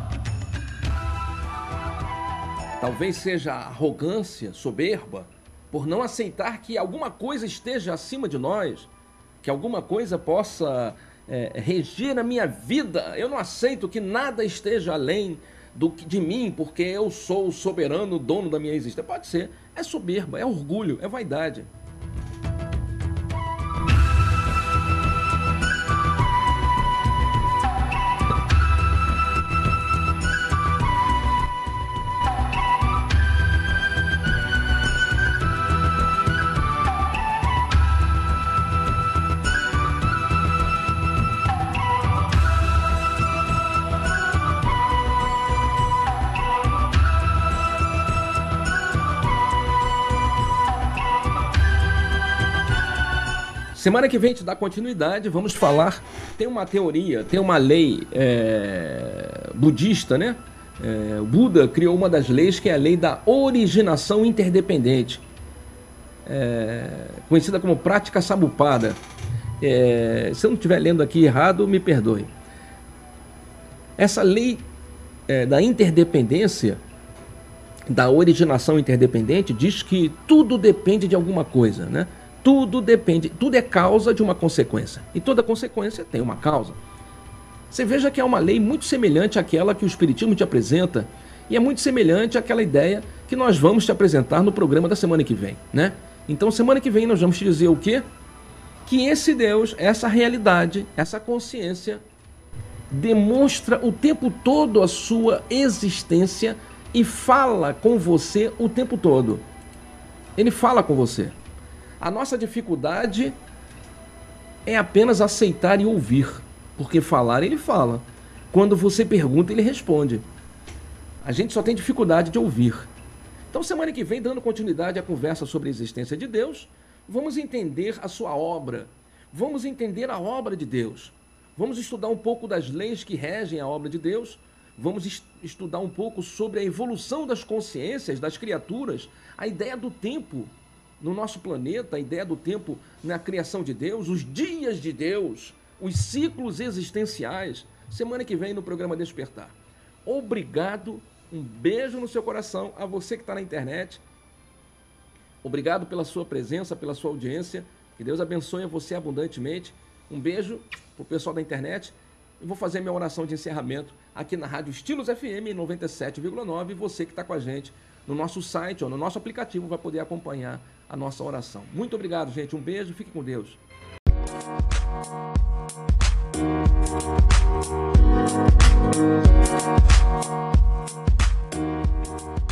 Talvez seja arrogância, soberba, por não aceitar que alguma coisa esteja acima de nós, que alguma coisa possa é, reger a minha vida. Eu não aceito que nada esteja além do que de mim, porque eu sou o soberano, dono da minha existência. Pode ser. É soberba, é orgulho, é vaidade. Semana que vem, a gente dá continuidade, vamos falar, tem uma teoria, tem uma lei é, budista, né? É, o Buda criou uma das leis que é a lei da originação interdependente, é, conhecida como prática Samuppada. É, se eu não estiver lendo aqui errado, me perdoe. Essa lei é, da interdependência, da originação interdependente, diz que tudo depende de alguma coisa, né? Tudo depende, tudo é causa de uma consequência. E toda consequência tem uma causa. Você veja que é uma lei muito semelhante àquela que o Espiritismo te apresenta, e é muito semelhante àquela ideia que nós vamos te apresentar no programa da semana que vem, né? Então, semana que vem nós vamos te dizer o quê? que esse Deus, essa realidade, essa consciência, demonstra o tempo todo a sua existência e fala com você o tempo todo. Ele fala com você. A nossa dificuldade é apenas aceitar e ouvir, porque falar ele fala. Quando você pergunta, ele responde. A gente só tem dificuldade de ouvir. Então, semana que vem, dando continuidade à conversa sobre a existência de Deus, vamos entender a sua obra. Vamos entender a obra de Deus. Vamos estudar um pouco das leis que regem a obra de Deus. Vamos est- estudar um pouco sobre a evolução das consciências das criaturas, a ideia do tempo no nosso planeta, a ideia do tempo na criação de Deus, os dias de Deus, os ciclos existenciais. Semana que vem no programa Despertar. Obrigado, um beijo no seu coração a você que está na internet. Obrigado pela sua presença, pela sua audiência. Que Deus abençoe você abundantemente. Um beijo para o pessoal da internet. Eu vou fazer minha oração de encerramento aqui na Rádio Estilos F M noventa e sete vírgula nove. E você que está com a gente no nosso site ou no nosso aplicativo vai poder acompanhar a nossa oração. Muito obrigado, gente. Um beijo. Fique com Deus. Thank you.